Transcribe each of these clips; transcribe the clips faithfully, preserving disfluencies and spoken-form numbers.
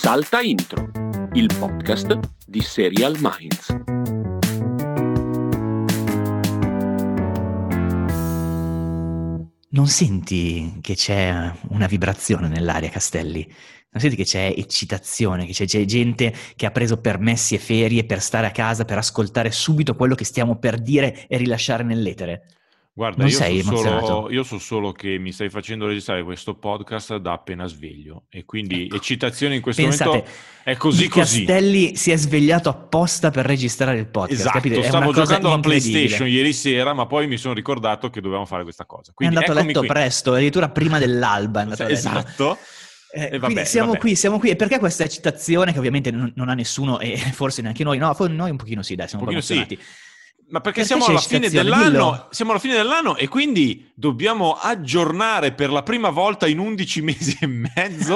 Salta Intro, il podcast di Serial Minds. Non senti che c'è una vibrazione nell'aria, Castelli? Non senti che c'è eccitazione, che c'è, c'è gente che ha preso permessi e ferie per stare a casa, per ascoltare subito quello che stiamo per dire e rilasciare nell'etere? Guarda, Non io so sei emozionato? solo, io so solo che mi stai facendo registrare questo podcast da appena sveglio e quindi Ecco. eccitazione in questo Pensate, momento è così il così. Castelli si è svegliato apposta per registrare il podcast, Esatto, capite? È stavo una cosa giocando alla incredibile. PlayStation ieri sera, ma poi mi sono ricordato che dovevamo fare questa cosa. È Quindi andato a eccomi letto qui. presto, addirittura prima dell'alba è andato a letto. Esatto. Eh, E vabbè, quindi siamo vabbè. qui, siamo qui. E perché questa eccitazione che ovviamente non, non ha nessuno e forse neanche noi, no, noi un pochino sì, dai, siamo un, Un po' pochino emozionati. sì. Ma perché, Perché siamo c'è alla fine eccitazione? dell'anno, Dillo. siamo alla fine dell'anno e quindi dobbiamo aggiornare per la prima volta in undici mesi e mezzo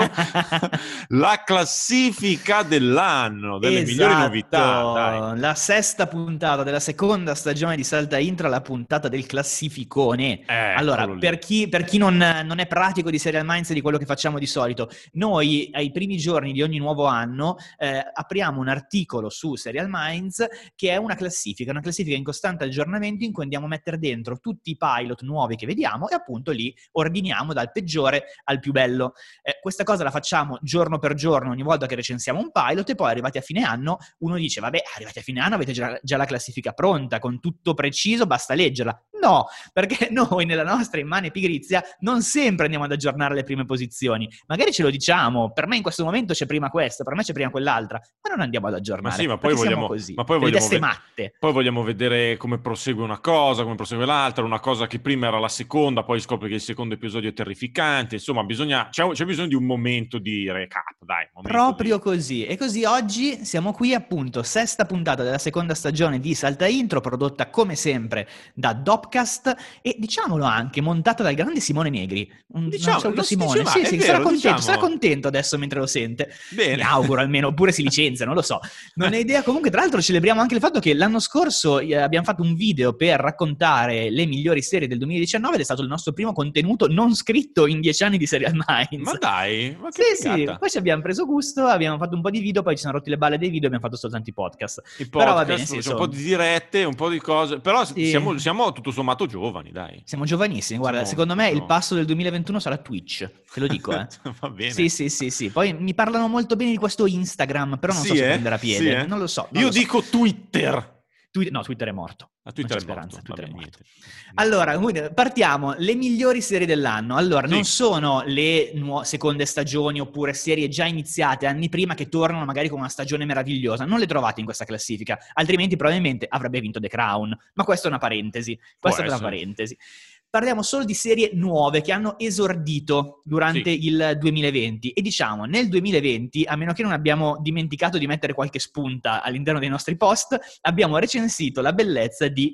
la classifica dell'anno, delle Esatto, migliori novità, dai. la sesta puntata della seconda stagione di Salta Intro, la puntata del classificone. Eh, allora, eccolo lì. per chi, per chi non, non è pratico di Serial Minds e di quello che facciamo di solito, noi ai primi giorni di ogni nuovo anno eh, apriamo un articolo su Serial Minds che è una classifica, una classifica in costante aggiornamento in cui andiamo a mettere dentro tutti i pilot nuovi che vediamo e appunto lì ordiniamo dal peggiore al più bello. Eh, questa cosa la facciamo giorno per giorno ogni volta che recensiamo un pilot e poi arrivati a fine anno uno dice vabbè, arrivati a fine anno avete già, già la classifica pronta con tutto preciso, basta leggerla. No, perché noi nella nostra immane pigrizia non sempre andiamo ad aggiornare le prime posizioni, magari ce lo diciamo, per me in questo momento c'è prima questa, per me c'è prima quell'altra, ma non andiamo ad aggiornare. Ma sì, ma poi perché vogliamo, siamo così, ma poi delle vogliamo, teste ve- matte. poi vogliamo vedere come prosegue una cosa, come prosegue l'altra, una cosa che prima era la seconda, poi scopri che il secondo episodio è terrificante, insomma bisogna, c'è, c'è bisogno di un momento di recap, dai. momento Proprio di... così. E così oggi siamo qui appunto, sesta puntata della seconda stagione di Salta Intro, prodotta come sempre da Dopcast e diciamolo anche, montata dal grande Simone Negri. Un, Diciamo, un saluto lo si Simone. diceva, sì, è sì, vero, sarà contento, diciamo. sarà contento adesso mentre lo sente. Bene. Mi auguro almeno, oppure si licenzia, non lo so. Non ho idea. Comunque, tra l'altro, celebriamo anche il fatto che l'anno scorso eh, abbiamo fatto un video per raccontare le migliori serie del duemiladiciannove ed è stato il nostro primo contenuto non scritto in dieci anni di Serial Minds. Ma dai, ma che Sì, figata. sì, poi ci abbiamo preso gusto, abbiamo fatto un po' di video, poi ci siamo rotti le balle dei video e abbiamo fatto soltanto i podcast. I Però va podcast, bene, sì, facciamo so- un po' di dirette, un po' di cose, però Sì. siamo, siamo tutto sommato giovani, dai. siamo giovanissimi. Guarda, Siamo secondo me il proprio- passo del duemilaventuno sarà Twitch, te lo dico, eh. Va bene. Sì, sì, sì, sì. Poi mi parlano molto bene di questo Instagram, però non Sì, so se eh? prenderà piede. Sì, eh? Non lo so. non Io lo so. dico Twitter. Twi- no, Twitter è morto. A Twitter non c'è è morto. speranza, Twitter Vabbè, è morto. niente. Allora, quindi, partiamo. Le migliori serie dell'anno. Allora, Sì. non sono le nuo- seconde stagioni oppure serie già iniziate anni prima che tornano magari con una stagione meravigliosa. Non le trovate in questa classifica, altrimenti probabilmente avrebbe vinto The Crown. Ma questa è una parentesi. Questa è una essere. parentesi. Parliamo solo di serie nuove che hanno esordito durante Sì. il duemilaventi e diciamo nel duemilaventi, a meno che non abbiamo dimenticato di mettere qualche spunta all'interno dei nostri post, abbiamo recensito la bellezza di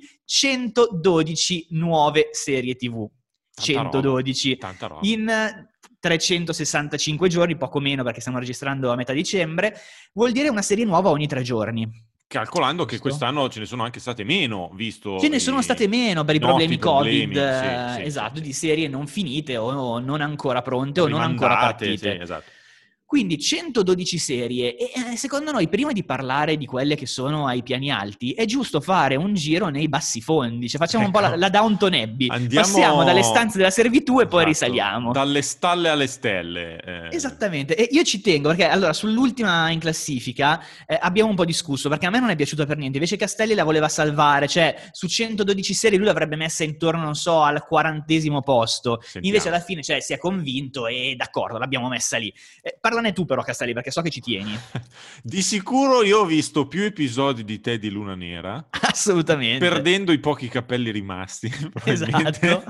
centododici nuove serie tivù. Tanta centododici roba, tanta roba. in trecentosessantacinque giorni, poco meno perché stiamo registrando a metà dicembre, vuol dire una serie nuova ogni tre giorni. Calcolando che Giusto? quest'anno ce ne sono anche state meno, visto Ce ne i- sono state meno per i noti problemi Covid, problemi. Sì, sì, esatto, sì, di sì. serie non finite o non ancora pronte o non ancora Rimandate, partite. sì, esatto. Quindi centododici serie e eh, secondo noi prima di parlare di quelle che sono ai piani alti è giusto fare un giro nei bassi fondi, cioè facciamo un po' la, Ecco. la Downton Abbey, Andiamo- passiamo dalle stanze della servitù e poi Esatto, risaliamo. dalle stalle alle stelle. eh. Esattamente, e io ci tengo perché allora sull'ultima in classifica eh, abbiamo un po' discusso perché a me non è piaciuta per niente, invece Castelli la voleva salvare, cioè su centododici serie lui l'avrebbe messa intorno, non so, al quarantesimo posto, Sentiamo. invece alla fine cioè, si è convinto e d'accordo, l'abbiamo messa lì. Eh, parlane tu però Castelli perché so che ci tieni. Di sicuro io ho visto più episodi di te di Luna Nera, Assolutamente. perdendo i pochi capelli rimasti. probabilmente. Esatto.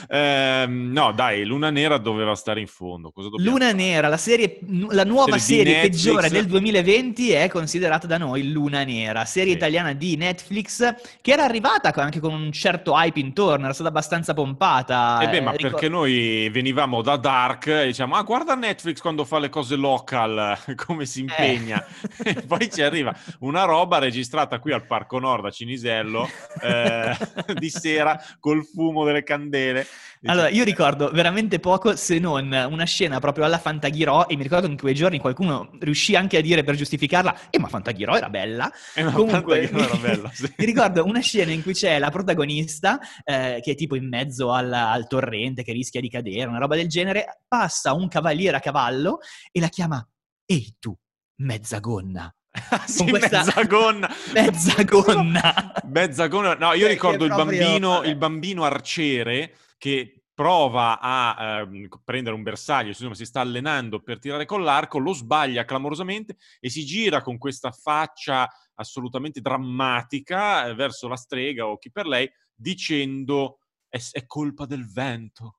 Ehm, no, dai, Luna Nera doveva stare in fondo. Cosa dobbiamo Luna fare? Nera, la, serie, la nuova Serie di serie Netflix. peggiore del duemilaventi è considerata da noi Luna Nera, serie Sì. italiana di Netflix che era arrivata anche con un certo hype intorno, era stata abbastanza pompata. Eh beh, ma Eh, ricor- perché noi venivamo da Dark e diciamo, ah, guarda Netflix quando fa le cose local come si impegna, eh. e poi ci arriva una roba registrata qui al Parco Nord a Cinisello eh, di sera col fumo delle candele. Allora, io ricordo veramente poco, se non una scena proprio alla Fantaghirò, e mi ricordo che in quei giorni qualcuno riuscì anche a dire per giustificarla, eh ma Fantaghirò era bella. Eh, ma Comunque, Fantaghirò era bella, sì. mi ricordo una scena in cui c'è la protagonista, eh, che è tipo in mezzo al, al torrente, che rischia di cadere, una roba del genere, passa un cavaliere a cavallo e la chiama, ehi tu, mezza gonna. Sì, questa... mezza gonna. Mezza gonna. Mezza gonna. No, io Che- ricordo che il proprio- bambino, il bambino arciere che prova a ehm, prendere un bersaglio, insomma si sta allenando per tirare con l'arco, lo sbaglia clamorosamente e si gira con questa faccia assolutamente drammatica eh, verso la strega o chi per lei, dicendo è, è colpa del vento.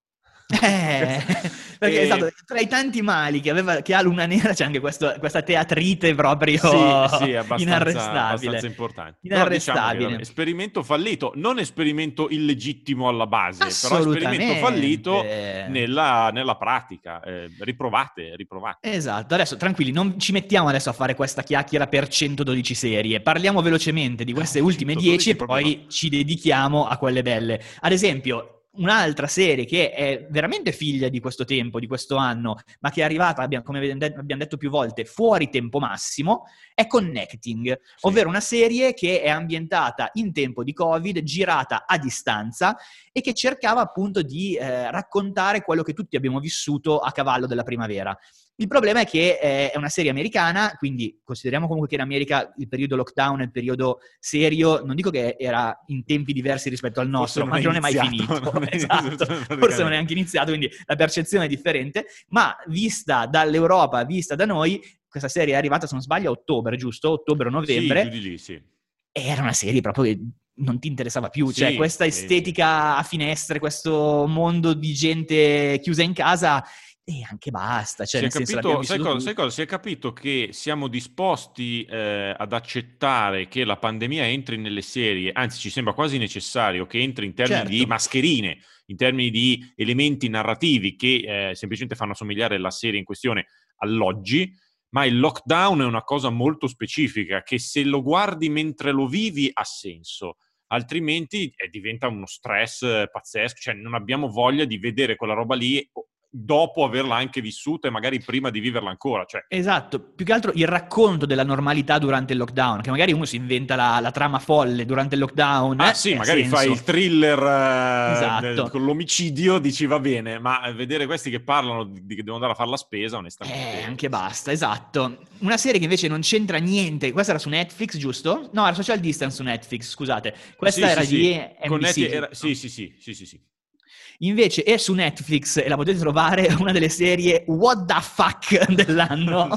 Eh, perché E- esatto, tra i tanti mali che aveva che ha Luna Nera c'è anche questo, questa teatrite proprio Sì, sì, abbastanza, inarrestabile. abbastanza importante. Però Inarrestabile. diciamo che, vabbè, esperimento fallito, non esperimento illegittimo alla base, però Assolutamente. esperimento fallito nella, nella pratica. Eh, riprovate, riprovate. Esatto, adesso tranquilli, non ci mettiamo adesso a fare questa chiacchiera per centododici serie, parliamo velocemente di queste No, ultime centododici dieci e proprio poi no. ci dedichiamo a quelle belle. Ad esempio, un'altra serie che è veramente figlia di questo tempo, di questo anno, ma che è arrivata, abbiamo, come abbiamo detto più volte, fuori tempo massimo, è Connecting, Sì. ovvero una serie che è ambientata in tempo di Covid, girata a distanza e che cercava appunto di eh, raccontare quello che tutti abbiamo vissuto a cavallo della primavera. Il problema è che eh, è una serie americana, quindi consideriamo comunque che in America il periodo lockdown è il periodo serio, non dico che era in tempi diversi rispetto al nostro, non ma è che non è mai iniziato, finito. non è Esatto. iniziato, Forse non è anche iniziato, quindi la percezione è differente, ma vista dall'Europa, vista da noi, questa serie è arrivata, se non sbaglio, a ottobre, giusto? Ottobre o novembre. Sì, giù di lì, sì. E era una serie proprio che non ti interessava più, Sì, cioè questa sì, estetica sì. a finestre, questo mondo di gente chiusa in casa, e anche basta, cioè Si è nel senso capito, l'abbiamo sai vissuto cosa, sai tutti. cosa? Si è capito che siamo disposti eh, ad accettare che la pandemia entri nelle serie, anzi ci sembra quasi necessario che entri in termini Certo. di mascherine, in termini di elementi narrativi che eh, semplicemente fanno assomigliare la serie in questione all'oggi, ma il lockdown è una cosa molto specifica che se lo guardi mentre lo vivi ha senso. Altrimenti eh, diventa uno stress eh, pazzesco, cioè non abbiamo voglia di vedere quella roba lì dopo averla anche vissuta e magari prima di viverla ancora. Cioè. Esatto, più che altro il racconto della normalità durante il lockdown, che magari uno si inventa la, la trama folle durante il lockdown. Ah eh, sì, ha magari senso. fai il thriller eh, Esatto. del, con l'omicidio, dici va bene, ma vedere questi che parlano di, di che devono andare a fare la spesa, onestamente... Eh, anche basta, esatto. Una serie che invece non c'entra niente, questa era su Netflix, giusto? No, era Social Distance su Netflix, scusate. Questa sì, era sì, di sì. N B C. Connetti era... Sì, sì, sì, sì, sì, sì. Invece è su Netflix e la potete trovare una delle serie what the fuck dell'anno,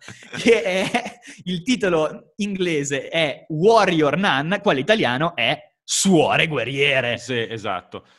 che è, il titolo inglese è Warrior Nun, quello italiano è Suore Guerriere. Sì, esatto.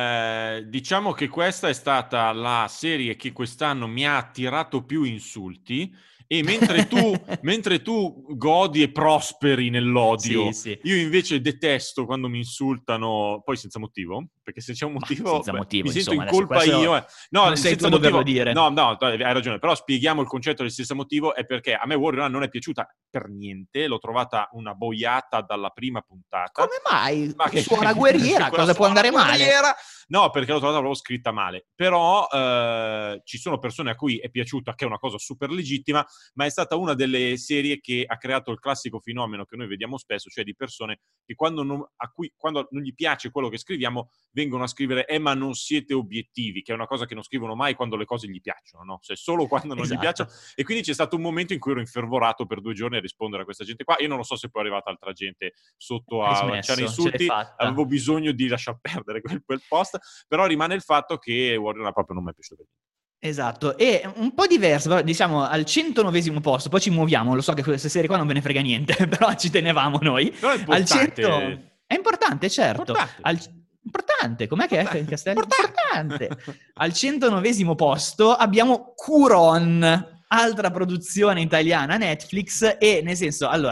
Eh, diciamo che questa è stata la serie che quest'anno mi ha attirato più insulti e mentre tu, mentre tu godi e prosperi nell'odio, sì, sì. io invece detesto quando mi insultano, poi senza motivo, perché se c'è un motivo, senza beh, motivo, mi sento insomma, in colpa io. Eh. No, non sei senza tu a doverlo motivo, dire. no, no, hai ragione, però spieghiamo il concetto del senza motivo, è perché a me Warrior non è piaciuta per niente, l'ho trovata una boiata dalla prima puntata. Come mai? Ma che Suora guerriera, cosa può andare guerriera? male? No, perché l'ho trovata proprio scritta male. Però eh, ci sono persone a cui è piaciuta, che è una cosa super legittima, ma è stata una delle serie che ha creato il classico fenomeno che noi vediamo spesso, cioè di persone che quando non, a cui, quando non gli piace quello che scriviamo vengono a scrivere eh ma non siete obiettivi, che è una cosa che non scrivono mai quando le cose gli piacciono, no? Cioè solo quando non esatto. gli piacciono. E quindi c'è stato un momento in cui ero infervorato per due giorni a rispondere a questa gente qua. Io non lo so se poi è arrivata altra gente sotto a lanciare insulti, avevo bisogno di lasciar perdere quel, quel post, però rimane il fatto che Warrior proprio non mi è piaciuto. Esatto, e un po' diverso, diciamo al centonovesimo posto, poi ci muoviamo, lo so che queste serie qua non ve ne frega niente, però ci tenevamo noi. Però è importante. Al cento... È importante, certo. Importante. Al... Importante, com'è che importante. è in castello? Importante. Importante. Al centonovesimo posto abbiamo Curon, altra produzione italiana Netflix, e nel senso, allora,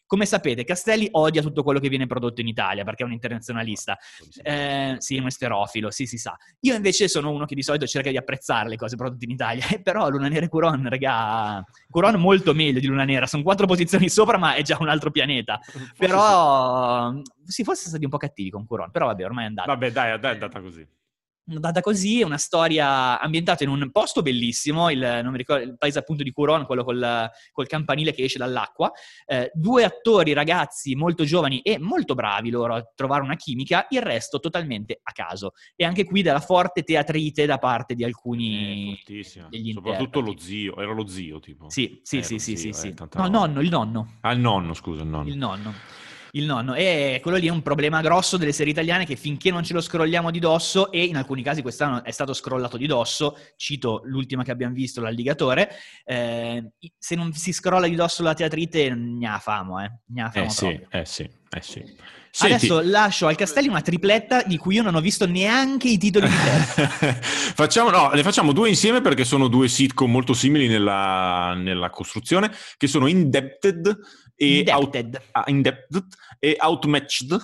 Come sapete, Castelli odia tutto quello che viene prodotto in Italia perché è un internazionalista. Eh, sì, un esterofilo, sì, si sa. Io invece sono uno che di solito cerca di apprezzare le cose prodotte in Italia, però Luna Nera e Curon, regà, Curon molto meglio di Luna Nera, sono quattro posizioni sopra, ma è già un altro pianeta. Forse Però, sì. sì, forse sono stati un po' cattivi con Curon, però vabbè, ormai è andato. Vabbè, dai, dai, è andata così. Data così, è una storia ambientata in un posto bellissimo, il, non mi ricordo, il paese appunto di Curon, quello col, col campanile che esce dall'acqua. Eh, due attori, ragazzi molto giovani e molto bravi loro a trovare una chimica, il resto totalmente a caso. E anche qui della forte teatrite da parte di alcuni eh, degli soprattutto interpreti. lo zio, era lo zio tipo. Sì, sì, eh, sì, sì, zio, sì, eh, sì. tanta No, il roba. nonno, il nonno. Ah, il nonno, scusa, il nonno. Il nonno. Il nonno. E quello lì è un problema grosso delle serie italiane che finché non ce lo scrolliamo di dosso, e in alcuni casi quest'anno è stato scrollato di dosso, cito l'ultima che abbiamo visto, L'Alligatore, eh, se non si scrolla di dosso la teatrite, ne famo, eh. Ne famo Eh sì, proprio. eh sì, eh sì. Senti, adesso lascio al Castelli una tripletta di cui io non ho visto neanche i titoli di testa. facciamo, no, le facciamo due insieme perché sono due sitcom molto simili nella, nella costruzione, che sono Indebted e, Indebted. Out, ah, Indebted e Outmatched.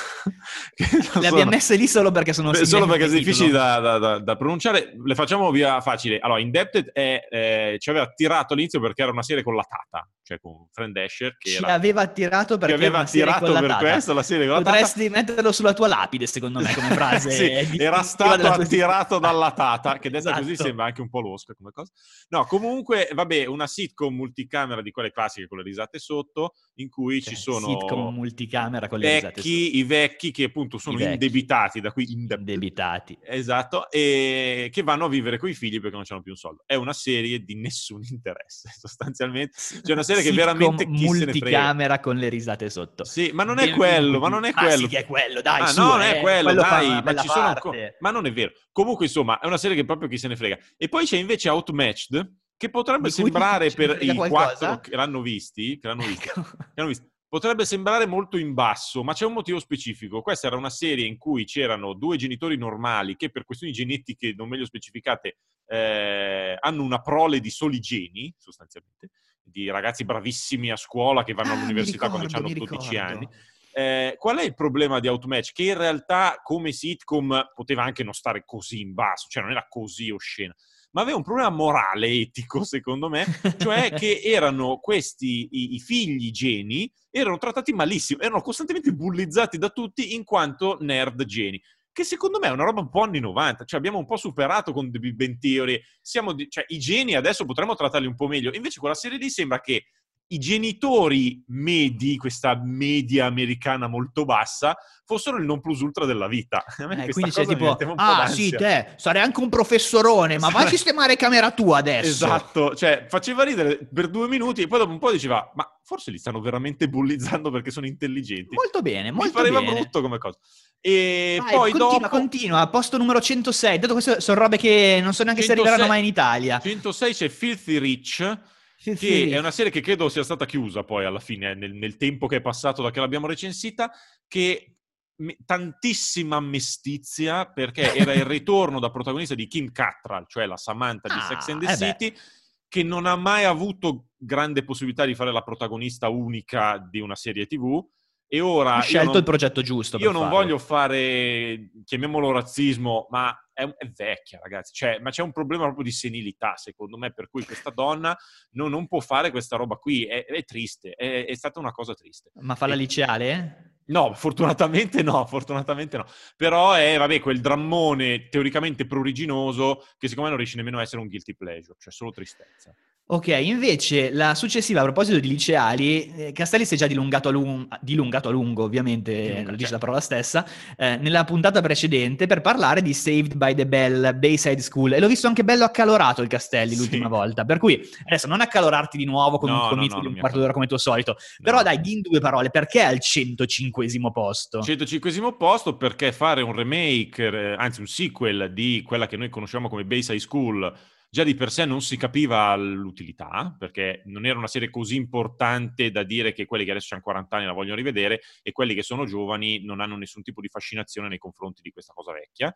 Le abbiamo messe lì solo perché sono solo perché sono difficili titolo. da, da, da, da pronunciare. Le facciamo via facile. Allora, Indebted è, eh, ci aveva attirato all'inizio perché era una serie con la Tata, cioè con Fran Asher, che ci era, aveva attirato perché aveva era una serie attirato con la per Tata. questo la serie con la Potresti Tata. metterlo sulla tua lapide, secondo me, come frase. Sì, era stato attirato dalla Tata, che detta esatto. così sembra anche un po' losca come cosa. No, comunque, vabbè, una sitcom multicamera di quelle classiche con le risate sotto, in cui cioè, ci sono sitcom multicamera con le risate vecchi, sotto. i vecchi che appunto sono indebitati, da qui indebitati. indebitati. Esatto, e che vanno a vivere con i figli perché non hanno più un soldo. È una serie di nessun interesse, sostanzialmente. C'è una serie Sitcom che veramente chi se ne frega. Multicamera con le risate sotto. Sì, ma non Benvenuti. è quello, ma non è ah, quello. sì che è quello, dai, ah, su, no, non eh, è quello, quello dai, fa ma bella ci sono parte. co- ma non è vero. Comunque, insomma, è una serie che proprio chi se ne frega. E poi c'è invece Outmatched, che potrebbe Di cui sembrare ce ne per frega i qualcosa? quattro che l'hanno visti, che l'hanno visti, Ecco. che l'hanno visti, potrebbe sembrare molto in basso, ma c'è un motivo specifico. Questa era una serie in cui c'erano due genitori normali che per questioni genetiche non meglio specificate eh, hanno una prole di soli geni, sostanzialmente, di ragazzi bravissimi a scuola che vanno Ah, all'università mi ricordo, quando hanno mi dodici ricordo. anni. Eh, qual è il problema di Outmatch? Che in realtà come sitcom poteva anche non stare così in basso, cioè non era così oscena, ma aveva un problema morale, etico, secondo me, cioè che erano questi, i, i figli geni, erano trattati malissimo, erano costantemente bullizzati da tutti in quanto nerd geni, che secondo me è una roba un po' anni novanta, cioè abbiamo un po' superato con The Big Bang Theory, siamo di, cioè i geni adesso potremmo trattarli un po' meglio, invece quella serie lì sembra che i genitori medi, questa media americana molto bassa, fossero il non plus ultra della vita. A me Eh, questa quindi c'è cosa mi tipo, metteva un po' ah d'ansia. sì, te, sarei anche un professorone, ma vai a sistemare camera tua adesso. Esatto, cioè faceva ridere per due minuti e poi dopo un po' diceva, ma forse li stanno veramente bullizzando perché sono intelligenti. Molto bene, molto mi pareva bene. brutto come cosa. E Vai, poi continua, dopo... continua, posto numero centosei. Dato queste sono robe che non so neanche centosei, se arriveranno mai in Italia. centosei c'è Filthy Rich, Filthy che Rich. è una serie che credo sia stata chiusa poi alla fine, nel, nel tempo che è passato da che l'abbiamo recensita, che me, tantissima mestizia, perché era il ritorno da protagonista di Kim Cattrall, cioè la Samantha di Ah, Sex and the eh City, che non ha mai avuto grande possibilità di fare la protagonista unica di una serie tivù, e ora ha scelto io non, il progetto giusto io per non farlo. voglio fare, chiamiamolo razzismo, ma è, è vecchia, ragazzi, cioè, ma c'è un problema proprio di senilità, secondo me, per cui questa donna non, non può fare questa roba qui, è, è triste, è, è stata una cosa triste. Ma fa la E, liceale? no, fortunatamente no, fortunatamente no. Però è, vabbè, quel drammone teoricamente pruriginoso che secondo me non riesce nemmeno a essere un guilty pleasure, cioè solo tristezza. Ok, invece la successiva, a proposito di liceali, eh, Castelli si è già dilungato a, lung- dilungato a lungo, ovviamente, Dilunga, lo dice certo. la parola stessa, eh, nella puntata precedente per parlare di Saved by the Bell, Bayside School, e l'ho visto anche bello accalorato il Castelli Sì. l'ultima volta, per cui adesso non accalorarti di nuovo con No, un no, comizio no, di non un mi quarto d'ora come tuo solito, No. però dai, di in due parole, perché è al centocinquesimo posto? centocinquesimo posto perché fare un remake, eh, anzi un sequel di quella che noi conosciamo come Bayside School, già di per sé non si capiva l'utilità, perché non era una serie così importante da dire che quelli che adesso hanno quaranta anni la vogliono rivedere e quelli che sono giovani non hanno nessun tipo di fascinazione nei confronti di questa cosa vecchia.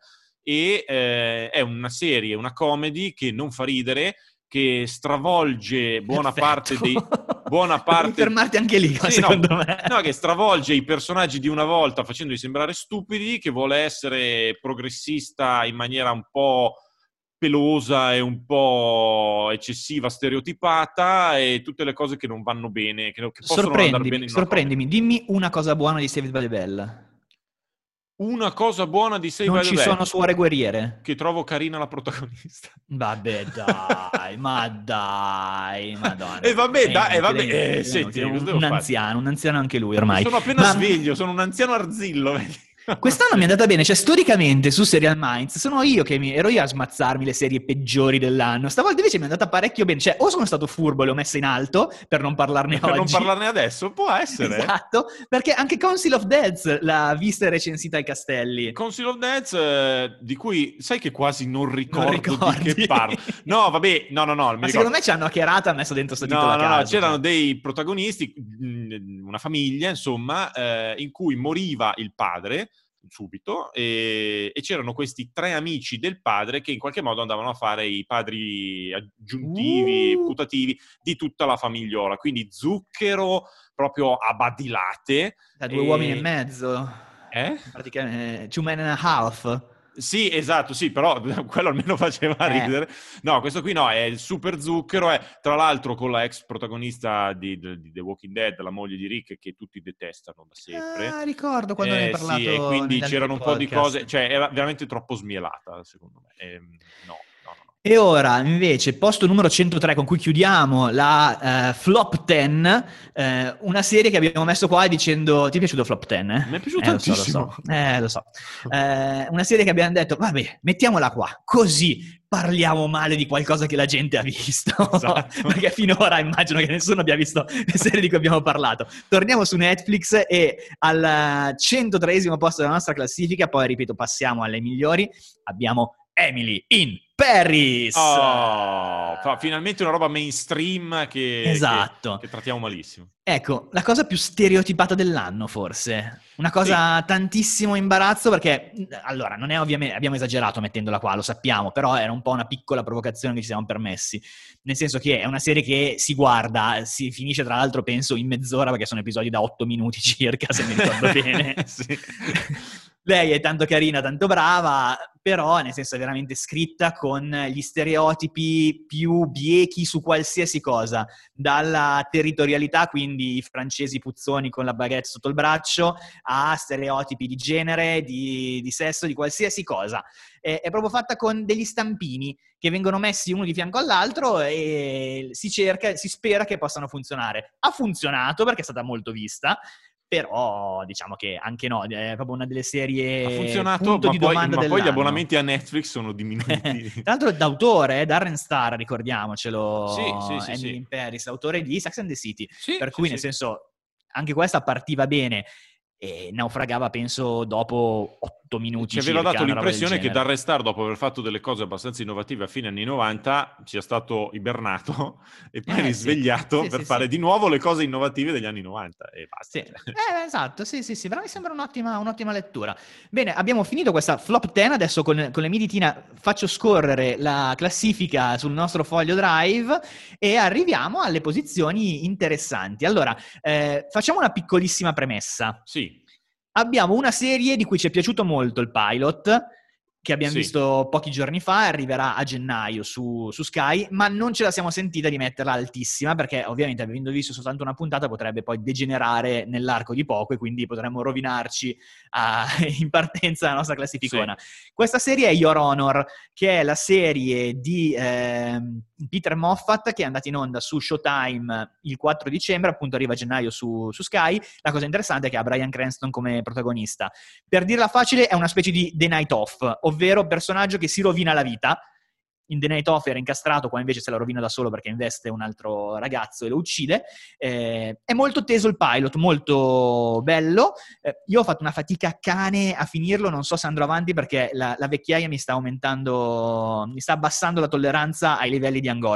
E eh, è una serie, una comedy che non fa ridere, che stravolge buona Perfetto. parte dei... buona parte... Devi fermarti anche lì, sì, secondo no, me. No, che stravolge i personaggi di una volta facendoli sembrare stupidi, che vuole essere progressista in maniera un po' pelosa e un po' eccessiva, stereotipata, e tutte le cose che non vanno bene, che, che possono non andare bene in una sorprendimi, dimmi una cosa buona di Saved by the Bell. Una cosa buona di Saved Non by the ci Bell, sono suore guerriere. che trovo carina la protagonista. Vabbè, dai, ma dai, madonna. E vabbè, È dai, e vabbè, inutile, eh, senti, cosa un, devo un fare? anziano, un anziano anche lui ormai. Sono appena Ma sveglio, sono un anziano arzillo, vedi? quest'anno mi è andata bene, cioè storicamente su Serial Minds sono io che mi, ero io a smazzarmi le serie peggiori dell'anno. Stavolta invece mi è andata parecchio bene, cioè o sono stato furbo e le ho messe in alto per non parlarne Per oggi. non parlarne adesso, può essere. Esatto, perché anche Council of Deads l'ha vista e recensita ai Castelli. Council of Deads, eh, di cui sai che quasi non ricordo Non di che parlo. No, vabbè, no, no, no. Mi Ma ricordo. secondo me ci hanno hackerato e hanno messo dentro sto titolo No, a no, caso, no, c'erano cioè. dei protagonisti, mh, una famiglia, insomma, eh, in cui moriva il padre subito e, e c'erano questi tre amici del padre che in qualche modo andavano a fare i padri aggiuntivi, Uh. putativi di tutta la famigliola, quindi zucchero proprio a badilate. Da due e... uomini e mezzo. Eh? Praticamente two men and a half. Sì, esatto, sì, però quello almeno faceva Eh. ridere. No, questo qui no, è il super zucchero, è tra l'altro con la ex protagonista di, di The Walking Dead, la moglie di Rick, che tutti detestano da sempre. Ah, ricordo quando Eh, ne hai parlato. sì, e quindi negli c'erano un po' di podcast. cose, cioè era veramente troppo smielata, secondo me. Eh, no, no, no. E ora, invece, posto numero centotré con cui chiudiamo la uh, Flop dieci, eh, una serie che abbiamo messo qua dicendo... Ti è piaciuto Flop dieci? Eh? Mi è piaciuto eh, tantissimo. Lo so, lo so. Eh, lo so. Eh, una serie che abbiamo detto, vabbè, mettiamola qua, così parliamo male di qualcosa che la gente ha visto. Esatto. Perché finora immagino che nessuno abbia visto le serie di cui abbiamo parlato. Torniamo su Netflix e al centotreesimo posto della nostra classifica, poi ripeto, passiamo alle migliori, abbiamo Emily in Paris. Oh, fa- finalmente una roba mainstream che, Esatto. che, che trattiamo malissimo. Ecco, la cosa più stereotipata dell'anno, forse. Una cosa Sì. tantissimo imbarazzo, perché, allora, non è ovviamente, abbiamo esagerato mettendola qua, lo sappiamo, però era un po' una piccola provocazione che ci siamo permessi. Nel senso che è una serie che si guarda, si finisce tra l'altro, penso, in mezz'ora, perché sono episodi da otto minuti circa, se mi ricordo bene. Sì. Lei è tanto carina, tanto brava, però nel senso è veramente scritta con gli stereotipi più biechi su qualsiasi cosa, dalla territorialità, quindi i francesi puzzoni con la baguette sotto il braccio, a stereotipi di genere, di, di sesso, di qualsiasi cosa. È, è proprio fatta con degli stampini che vengono messi uno di fianco all'altro e si cerca, si spera che possano funzionare. Ha funzionato perché è stata molto vista, però diciamo che anche no, è proprio una delle serie Ha funzionato, punto ma, di poi, domanda ma poi gli dell'anno. abbonamenti a Netflix sono diminuiti. Tra l'altro d'autore, eh, Darren Star, ricordiamocelo, Sì, sì, sì, Emily sì. in Paris, autore di Sex and the City, Sì, per sì, cui sì. nel senso anche questa partiva bene e naufragava penso dopo otto minuti Ci aveva circa, dato una roba del l'impressione che genere. Darren Star, dopo aver fatto delle cose abbastanza innovative a fine anni novanta, sia stato ibernato e poi Eh, risvegliato sì, sì, per sì, fare sì. di nuovo le cose innovative degli anni novanta e basta. Sì. Eh, esatto, sì, sì, sì, però mi sembra un'ottima, un'ottima lettura. Bene, abbiamo finito questa Flop dieci, adesso con, con le mie ditina faccio scorrere la classifica sul nostro foglio Drive e arriviamo alle posizioni interessanti. Allora, eh, facciamo una piccolissima premessa. Sì. Abbiamo una serie di cui ci è piaciuto molto il pilot, che abbiamo Sì. visto pochi giorni fa, arriverà a gennaio su, su Sky, ma non ce la siamo sentita di metterla altissima, perché ovviamente avendo visto soltanto una puntata potrebbe poi degenerare nell'arco di poco e quindi potremmo rovinarci a, in partenza la nostra classificona. Sì. Questa serie è Your Honor, che è la serie di eh, Peter Moffat, che è andata in onda su Showtime il quattro dicembre, appunto arriva a gennaio su, su Sky. La cosa interessante è che ha Bryan Cranston come protagonista. Per dirla facile è una specie di The Night Off, ovvero personaggio che si rovina la vita. In The Night Off era incastrato, qua invece se la rovina da solo perché investe un altro ragazzo e lo uccide. Eh, è molto teso il pilot, molto bello. Eh, io ho fatto una fatica cane a finirlo, non so se andrò avanti perché la, la vecchiaia mi sta aumentando, mi sta abbassando la tolleranza ai livelli di angoscia.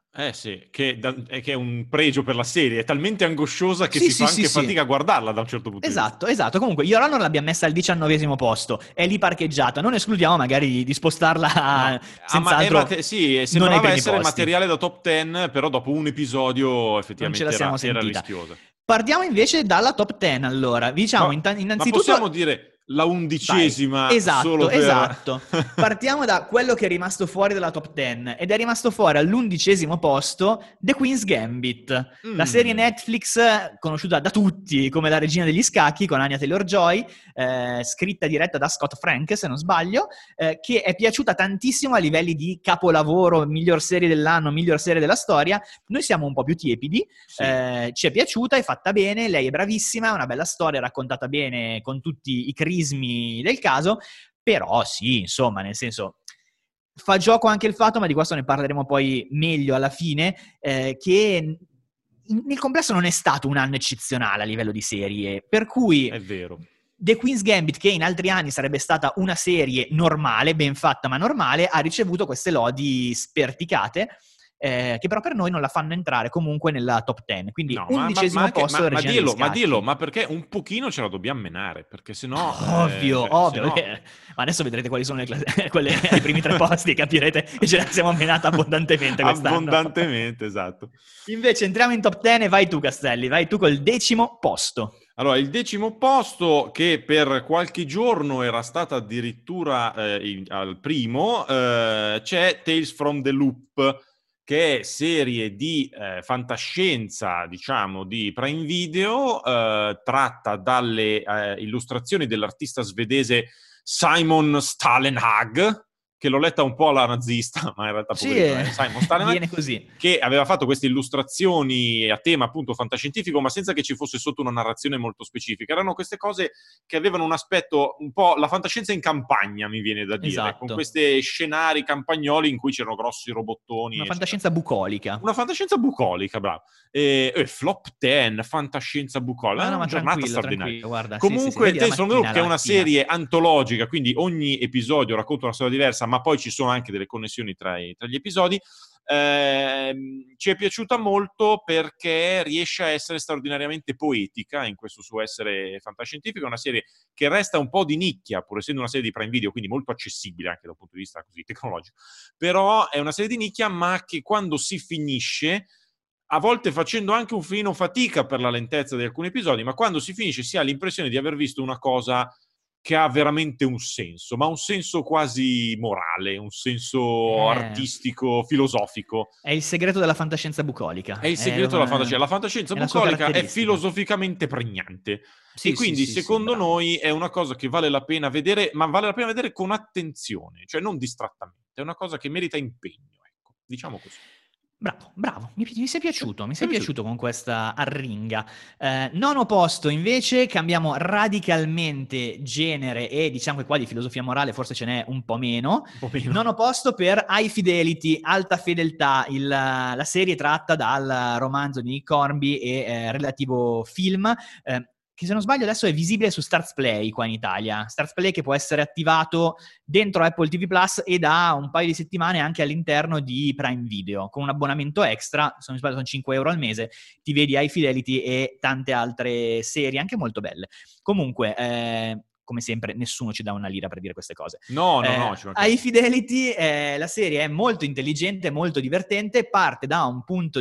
Eh sì, che, da, è, che è un pregio per la serie, è talmente angosciosa che Sì, si sì, fa sì, anche sì. fatica a guardarla da un certo punto di vista. Esatto, esatto. Comunque, Your Honor l'abbiamo messa al diciannovesimo posto, è lì parcheggiata. Non escludiamo magari di, di spostarla No, ah, ma, eh, senz'altro mate- sì, non ai sembrava primi essere posti. materiale da top dieci, però dopo un episodio Non ce la effettivamente siamo era, era sentita. rischiosa. Partiamo invece dalla top dieci, allora. Diciamo, Ma, inta- ma innanzitutto... possiamo dire la Vai, undicesima solo esatto, per... esatto. Partiamo da quello che è rimasto fuori dalla top dieci ed è rimasto fuori all'undicesimo posto The Queen's Gambit, la serie Mm, Netflix conosciuta da tutti come la regina degli scacchi con Anya Taylor-Joy, eh, scritta e diretta da Scott Frank, se non sbaglio, eh, che è piaciuta tantissimo a livelli di capolavoro, miglior serie dell'anno, miglior serie della storia. Noi siamo un po' più tiepidi, sì. eh, ci è piaciuta, è fatta bene, lei è bravissima, è una bella storia raccontata bene con tutti i crismi del caso, però sì, insomma, nel senso, fa gioco anche il fatto, ma di questo ne parleremo poi meglio alla fine, eh, che nel complesso non è stato un anno eccezionale a livello di serie, per cui È vero. The Queen's Gambit, che in altri anni sarebbe stata una serie normale, ben fatta ma normale, ha ricevuto queste lodi sperticate, eh, che però per noi non la fanno entrare comunque nella top dieci, quindi No, ma, ma, ma, undicesimo anche, posto ma, del ma Regina degli dillo, ma Scacchi. dillo, ma perché un pochino ce la dobbiamo menare, perché sennò... Ovvio, eh, cioè, ovvio, sennò- perché- ma adesso vedrete quali sono le classe- quelle ai primi tre posti, capirete che ce la siamo menata abbondantemente quest'anno. Abbondantemente, esatto. Invece entriamo in top dieci e vai tu, Castelli, vai tu col decimo posto. Allora, il decimo posto, che per qualche giorno era stato addirittura eh, in- al primo, eh, c'è Tales from the Loop, che è serie di eh, fantascienza, diciamo, di Prime Video, eh, tratta dalle eh, illustrazioni dell'artista svedese Simon Stalenhag, che l'ho letta un po' alla nazista, ma in realtà Sì, poverino, è Simon Stalenhag, viene così. che aveva fatto queste illustrazioni a tema appunto fantascientifico, ma senza che ci fosse sotto una narrazione molto specifica. Erano queste cose che avevano un aspetto un po' la fantascienza in campagna, mi viene da dire, Esatto. con questi scenari campagnoli in cui c'erano grossi robottoni. Una eccetera. fantascienza bucolica. Una fantascienza bucolica, bravo. E, e flop dieci, fantascienza bucolica. No, È no, una ma giornata tranquillo, straordinaria. tranquillo, guarda, Comunque, sì, sì, sì. Tales from the Loop, che è una mattina. serie antologica, quindi ogni episodio racconta una storia diversa, ma poi ci sono anche delle connessioni tra, i, tra gli episodi. Eh, ci è piaciuta molto perché riesce a essere straordinariamente poetica in questo suo essere fantascientifico. È una serie che resta un po' di nicchia, pur essendo una serie di Prime Video, quindi molto accessibile anche da un punto di vista così tecnologico. Però è una serie di nicchia, ma che quando si finisce, a volte facendo anche un filino fatica per la lentezza di alcuni episodi, ma quando si finisce si ha l'impressione di aver visto una cosa che ha veramente un senso, ma un senso quasi morale, un senso Eh. artistico, filosofico. È il segreto della fantascienza bucolica. È il segreto della fantascienza. La fantascienza è la sua bucolica è caratteristica. filosoficamente pregnante. Sì, e quindi, sì, sì, secondo sì, bravo. noi, è una cosa che vale la pena vedere, ma vale la pena vedere con attenzione, cioè non distrattamente. È una cosa che merita impegno, ecco, diciamo così. Bravo, bravo, mi, mi sei piaciuto, mi Mi sei è piaciuto con questa arringa. Eh, nono posto invece, cambiamo radicalmente genere e diciamo che qua di filosofia morale forse ce n'è un po' meno. Un po' meno. Nono posto per High Fidelity, Alta Fedeltà, il, la serie tratta dal romanzo di Nick Hornby e eh, relativo film, eh, che se non sbaglio adesso è visibile su Starz Play qua in Italia. Starz Play che può essere attivato dentro Apple T V Plus e da un paio di settimane anche all'interno di Prime Video. Con un abbonamento extra, se non mi sbaglio sono cinque euro al mese, ti vedi High Fidelity e tante altre serie, anche molto belle. Comunque, eh, come sempre, nessuno ci dà una lira per dire queste cose. No, no, eh, no. Ci High Fidelity, eh, la serie è molto intelligente, molto divertente, parte da un punto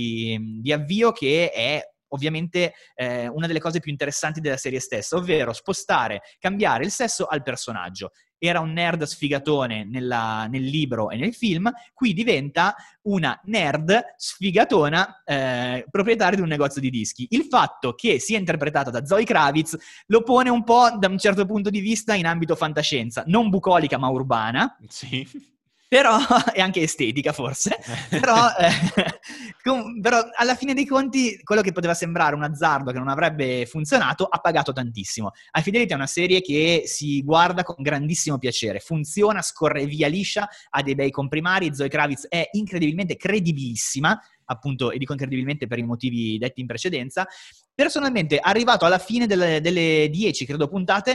di, di avvio che è ovviamente eh, una delle cose più interessanti della serie stessa, ovvero spostare, cambiare il sesso al personaggio. Era un nerd sfigatone nella, nel libro e nel film, qui diventa una nerd sfigatona eh, proprietaria di un negozio di dischi. Il fatto che sia interpretata da Zoe Kravitz lo pone un po' da un certo punto di vista in ambito fantascienza, non bucolica ma urbana. Sì. Però, e anche estetica forse, però, eh, com- però alla fine dei conti quello che poteva sembrare un azzardo che non avrebbe funzionato ha pagato tantissimo. High Fidelity è una serie che si guarda con grandissimo piacere, funziona, scorre via liscia, ha dei bei comprimari, Zoe Kravitz è incredibilmente credibilissima, appunto, e dico incredibilmente per i motivi detti in precedenza. Personalmente, arrivato alla fine delle, delle dieci, credo, puntate,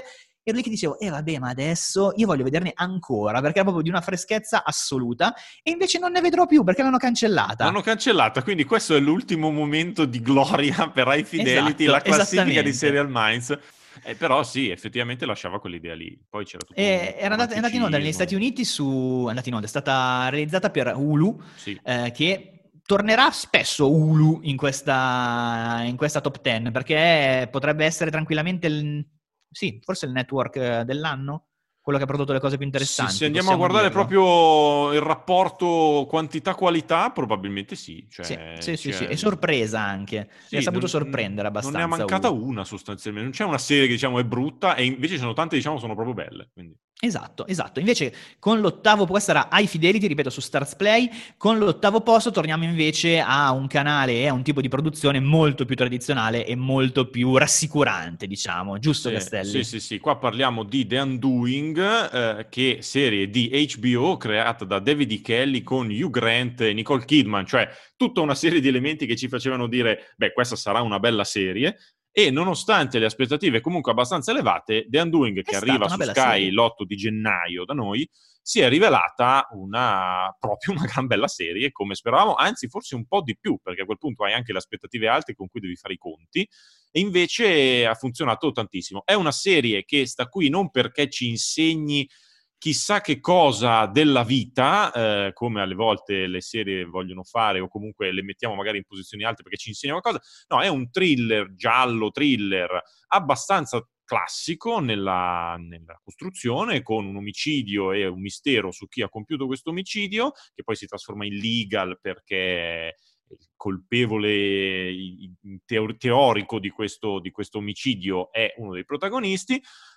ero lì che dicevo, eh vabbè, ma adesso io voglio vederne ancora, perché era proprio di una freschezza assoluta, e invece non ne vedrò più, perché l'hanno cancellata. L'hanno cancellata, quindi questo è l'ultimo momento di gloria per High Fidelity, Esatto, la classifica di esattamente. Serial Minds. Eh, però sì, effettivamente lasciava quell'idea lì. Poi c'era tutto E un era andata, è andata in onda negli Stati romanticismo. Uniti su... è andata in onda, è stata realizzata per Hulu, Sì. eh, che tornerà spesso Hulu in questa, in questa top dieci, perché potrebbe essere tranquillamente il, sì, forse il network eh, dell'anno, quello che ha prodotto le cose più Se, interessanti, se andiamo a possiamo guardare dirlo. proprio il rapporto quantità-qualità, probabilmente sì. Sì, Cioè, sì, sì, sì, e c'è- sorpresa anche, mi ha sì, saputo non, sorprendere non ne ha abbastanza mancata Hulu. una sostanzialmente. Non c'è una serie che diciamo è brutta e invece ci sono tante diciamo sono proprio belle. Quindi. Esatto, esatto. Invece con l'ottavo, questo era High Fidelity, ripeto, su Stars Play, con l'ottavo posto torniamo invece a un canale e a un tipo di produzione molto più tradizionale e molto più rassicurante, diciamo, giusto Sì, sì, Castelli? sì, sì, qua parliamo di The Undoing, eh, che è serie di H B O creata da David E. Kelly con Hugh Grant e Nicole Kidman, cioè tutta una serie di elementi che ci facevano dire, beh, questa sarà una bella serie, e nonostante le aspettative comunque abbastanza elevate, The Undoing, È che stata arriva una su bella Sky serie. l'otto di gennaio da noi, si è rivelata una, proprio una gran bella serie, come speravamo, anzi forse un po' di più, perché a quel punto hai anche le aspettative alte con cui devi fare i conti, e invece ha funzionato tantissimo. È una serie che sta qui non perché ci insegni chissà che cosa della vita, eh, come alle volte le serie vogliono fare, o comunque le mettiamo magari in posizioni alte perché ci insegna qualcosa. No, è un thriller, giallo thriller, abbastanza classico nella, nella costruzione, con un omicidio e un mistero su chi ha compiuto questo omicidio, che poi si trasforma in legal perché il colpevole teo- teorico di questo, di questo omicidio è uno dei protagonisti,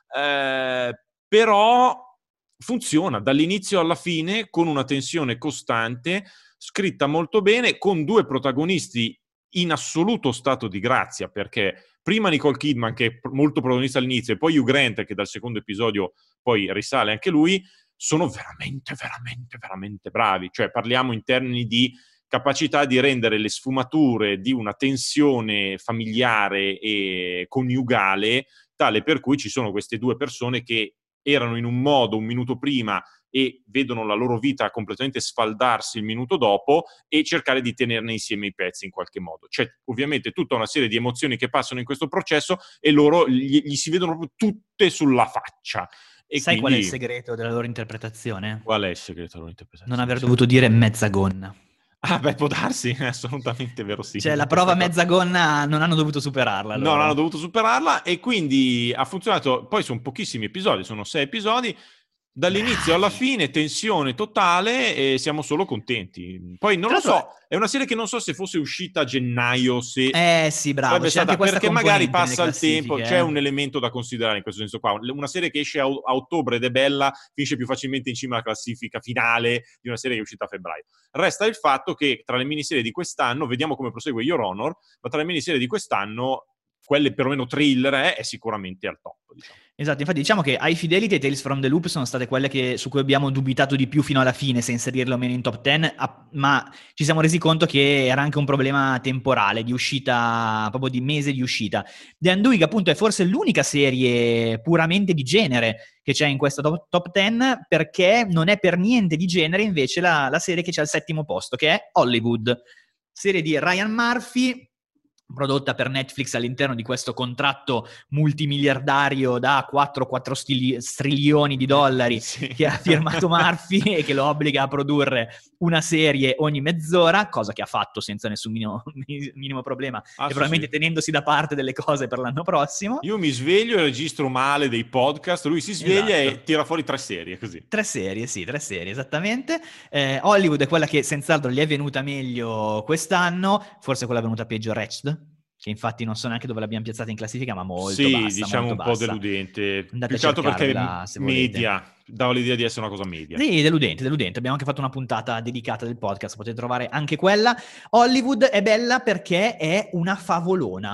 eh, però funziona dall'inizio alla fine con una tensione costante, scritta molto bene, con due protagonisti in assoluto stato di grazia, perché prima Nicole Kidman, che è molto protagonista all'inizio, e poi Hugh Grant, che dal secondo episodio poi risale anche lui, sono veramente, veramente, veramente bravi. Cioè parliamo in termini di capacità di rendere le sfumature di una tensione familiare e coniugale tale per cui ci sono queste due persone che erano in un modo un minuto prima e vedono la loro vita completamente sfaldarsi il minuto dopo e cercare di tenerne insieme i pezzi in qualche modo. C'è ovviamente tutta una serie di emozioni che passano in questo processo e loro gli, gli si vedono proprio tutte sulla faccia. E Sai qual è il quindi segreto della loro interpretazione? qual è il segreto della loro Non interpretazione? aver dovuto dire mezza gonna. Ah, beh, può darsi, è assolutamente Cioè, verosimile la prova questa cosa. mezza gonna non hanno dovuto superarla No, non hanno loro. dovuto superarla e quindi ha funzionato. Poi sono pochissimi episodi, sono sei episodi. Dall'inizio alla Bravi. fine, tensione totale e siamo solo contenti. Poi non Tra lo l'altro, so, è una serie che non so se fosse uscita a gennaio, se eh sì, bravo, sarebbe c'è anche stata, questa perché magari componente nelle passa il tempo, classifiche, c'è eh. un elemento da considerare in questo senso qua. Una serie che esce a, a ottobre ed è bella, finisce più facilmente in cima alla classifica finale di una serie che è uscita a febbraio. Resta il fatto che tra le miniserie di quest'anno, vediamo come prosegue Your Honor, ma tra le miniserie di quest'anno, quelle perlomeno thriller, eh, è sicuramente al top, diciamo. Esatto, infatti diciamo che High Fidelity e Tales from the Loop sono state quelle che, su cui abbiamo dubitato di più fino alla fine se inserirle o meno in top dieci, a, ma ci siamo resi conto che era anche un problema temporale, di uscita, proprio di mese di uscita. The Undoing appunto è forse l'unica serie puramente di genere che c'è in questa top, top dieci, perché non è per niente di genere invece la, la serie che c'è al settimo posto, che è Hollywood, serie di Ryan Murphy, prodotta per Netflix all'interno di questo contratto multimiliardario da quattro strilioni di dollari Sì. che ha firmato Murphy e che lo obbliga a produrre una serie ogni mezz'ora, cosa che ha fatto senza nessun minimo, minimo problema Ah, e sì, probabilmente sì. tenendosi da parte delle cose per l'anno prossimo. Io mi sveglio e registro male dei podcast, lui si sveglia Esatto. e tira fuori tre serie, così. Tre serie, sì, tre serie, esattamente. Eh, Hollywood è quella che senz'altro gli è venuta meglio quest'anno, forse quella è venuta peggio Wretched, che infatti non so neanche dove l'abbiamo piazzata in classifica, ma molto Sì, bassa, diciamo molto un po' bassa. deludente, Andate più a che altro perché cercarvela se volete. media, dava l'idea di essere una cosa media. Sì, deludente, deludente. Abbiamo anche fatto una puntata dedicata del podcast, potete trovare anche quella. Hollywood è bella perché è una favolona.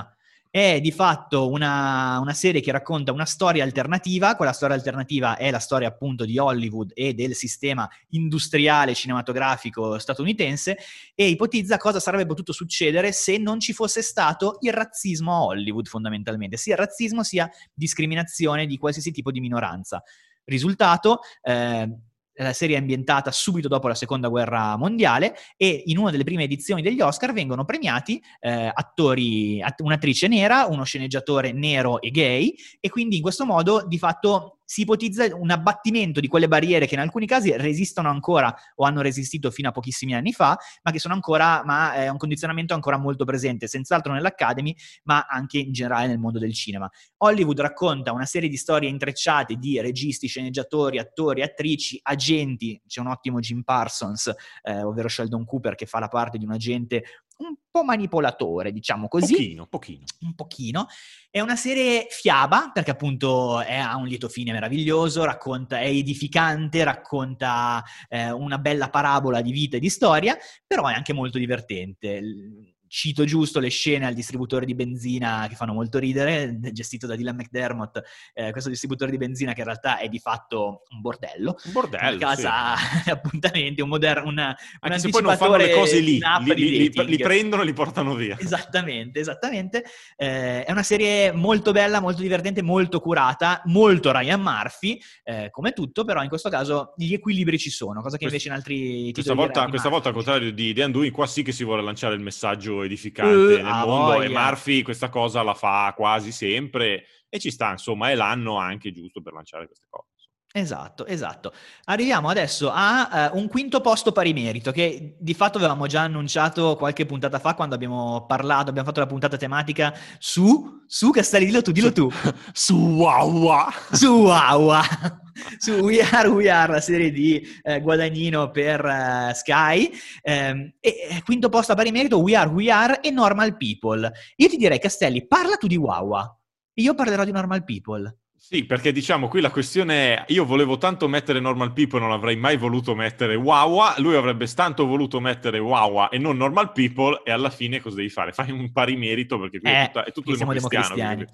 è di fatto una, una serie che racconta una storia alternativa. Quella storia alternativa è la storia appunto di Hollywood e del sistema industriale cinematografico statunitense, e ipotizza cosa sarebbe potuto succedere se non ci fosse stato il razzismo a Hollywood, fondamentalmente, sia razzismo sia discriminazione di qualsiasi tipo di minoranza. Risultato, eh, la serie è ambientata subito dopo la seconda guerra mondiale, e in una delle prime edizioni degli Oscar vengono premiati eh, attori, att- un'attrice nera, uno sceneggiatore nero e gay, e quindi in questo modo di fatto si ipotizza un abbattimento di quelle barriere che in alcuni casi resistono ancora o hanno resistito fino a pochissimi anni fa, ma che sono ancora, ma è un condizionamento ancora molto presente, senz'altro nell'Academy, ma anche in generale nel mondo del cinema. Hollywood racconta una serie di storie intrecciate di registi, sceneggiatori, attori, attrici, agenti. C'è un ottimo Jim Parsons, eh, ovvero Sheldon Cooper, che fa la parte di un agente un po' manipolatore, diciamo così. Pochino, pochino. Un pochino. È una serie fiaba, perché appunto è, ha un lieto fine meraviglioso, racconta, è edificante, racconta eh, una bella parabola di vita e di storia, però è anche molto divertente. Cito giusto le scene al distributore di benzina che fanno molto ridere, gestito da Dylan McDermott, eh, questo distributore di benzina che in realtà è di fatto un bordello. Un bordello, una casa sì. appuntamenti, un moderno, una, anche un se poi non fanno le cose lì, li, di li, li, li prendono e li portano via. Esattamente, esattamente. Eh, è una serie molto bella, molto divertente, molto curata, molto Ryan Murphy, eh, come tutto, però in questo caso gli equilibri ci sono, cosa che invece in altri titoli questa volta, questa volta al contrario di, di Undoing, qua sì che si vuole lanciare il messaggio edificante uh, nel mondo, voglia. E Murphy questa cosa la fa quasi sempre e ci sta, insomma, è l'anno anche giusto per lanciare queste cose. Esatto, esatto. Arriviamo adesso a uh, un quinto posto pari merito, che di fatto avevamo già annunciato qualche puntata fa quando abbiamo parlato, abbiamo fatto la puntata tematica su, su Castelli, dillo tu, dillo su, tu. Su Wawa. Su Wawa. Su We Are, We Are, la serie di eh, guadagnino per uh, Sky. Um, e quinto posto a pari merito, We Are, We Are e Normal People. Io ti direi, Castelli, parla tu di Wawa. Io parlerò di Normal People. Sì, perché diciamo qui la questione è, io volevo tanto mettere Normal People, non avrei mai voluto mettere Wawa, lui avrebbe tanto voluto mettere Wawa e non Normal People, e alla fine cosa devi fare? Fai un pari merito, perché qui eh, è, tutta, è tutto siamo democristiano.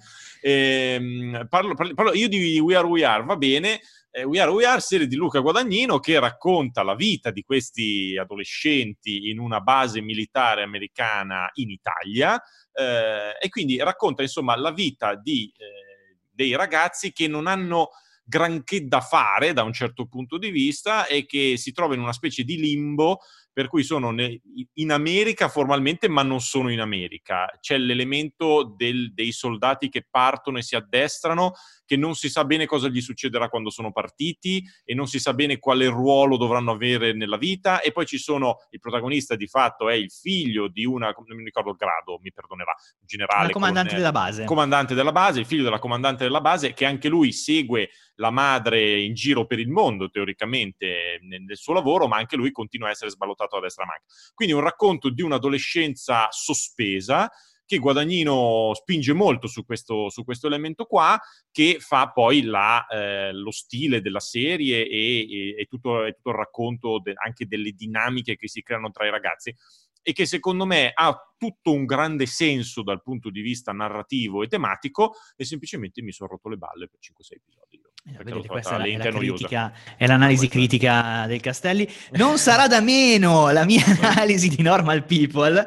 E, parlo, parlo, parlo io di We Are We Are, va bene, eh, We Are We Are, serie di Luca Guadagnino che racconta la vita di questi adolescenti in una base militare americana in Italia, eh, e quindi racconta insomma la vita di... Eh, dei ragazzi che non hanno granché da fare da un certo punto di vista e che si trovano in una specie di limbo, per cui sono in America formalmente, ma non sono in America. C'è l'elemento del, dei soldati che partono e si addestrano, che non si sa bene cosa gli succederà quando sono partiti e non si sa bene quale ruolo dovranno avere nella vita, e poi ci sono, il protagonista di fatto è il figlio di una, non mi ricordo il grado, mi perdonerà, generale, una comandante colonnello, della base. comandante della base, il figlio della comandante della base, che anche lui segue la madre in giro per il mondo, teoricamente, nel suo lavoro, ma anche lui continua a essere sballottato a destra e a manca. Quindi un racconto di un'adolescenza sospesa, che Guadagnino spinge molto su questo, su questo elemento qua, che fa poi la, eh, lo stile della serie e, e, e, tutto, e tutto il racconto de, anche delle dinamiche che si creano tra i ragazzi, e che secondo me ha tutto un grande senso dal punto di vista narrativo e tematico, e semplicemente mi sono rotto le balle per cinque sei episodi. Eh, vedete, questa è, la, è, la e critica, è l'analisi no, critica del Castelli. Non sarà da meno la mia analisi di Normal People,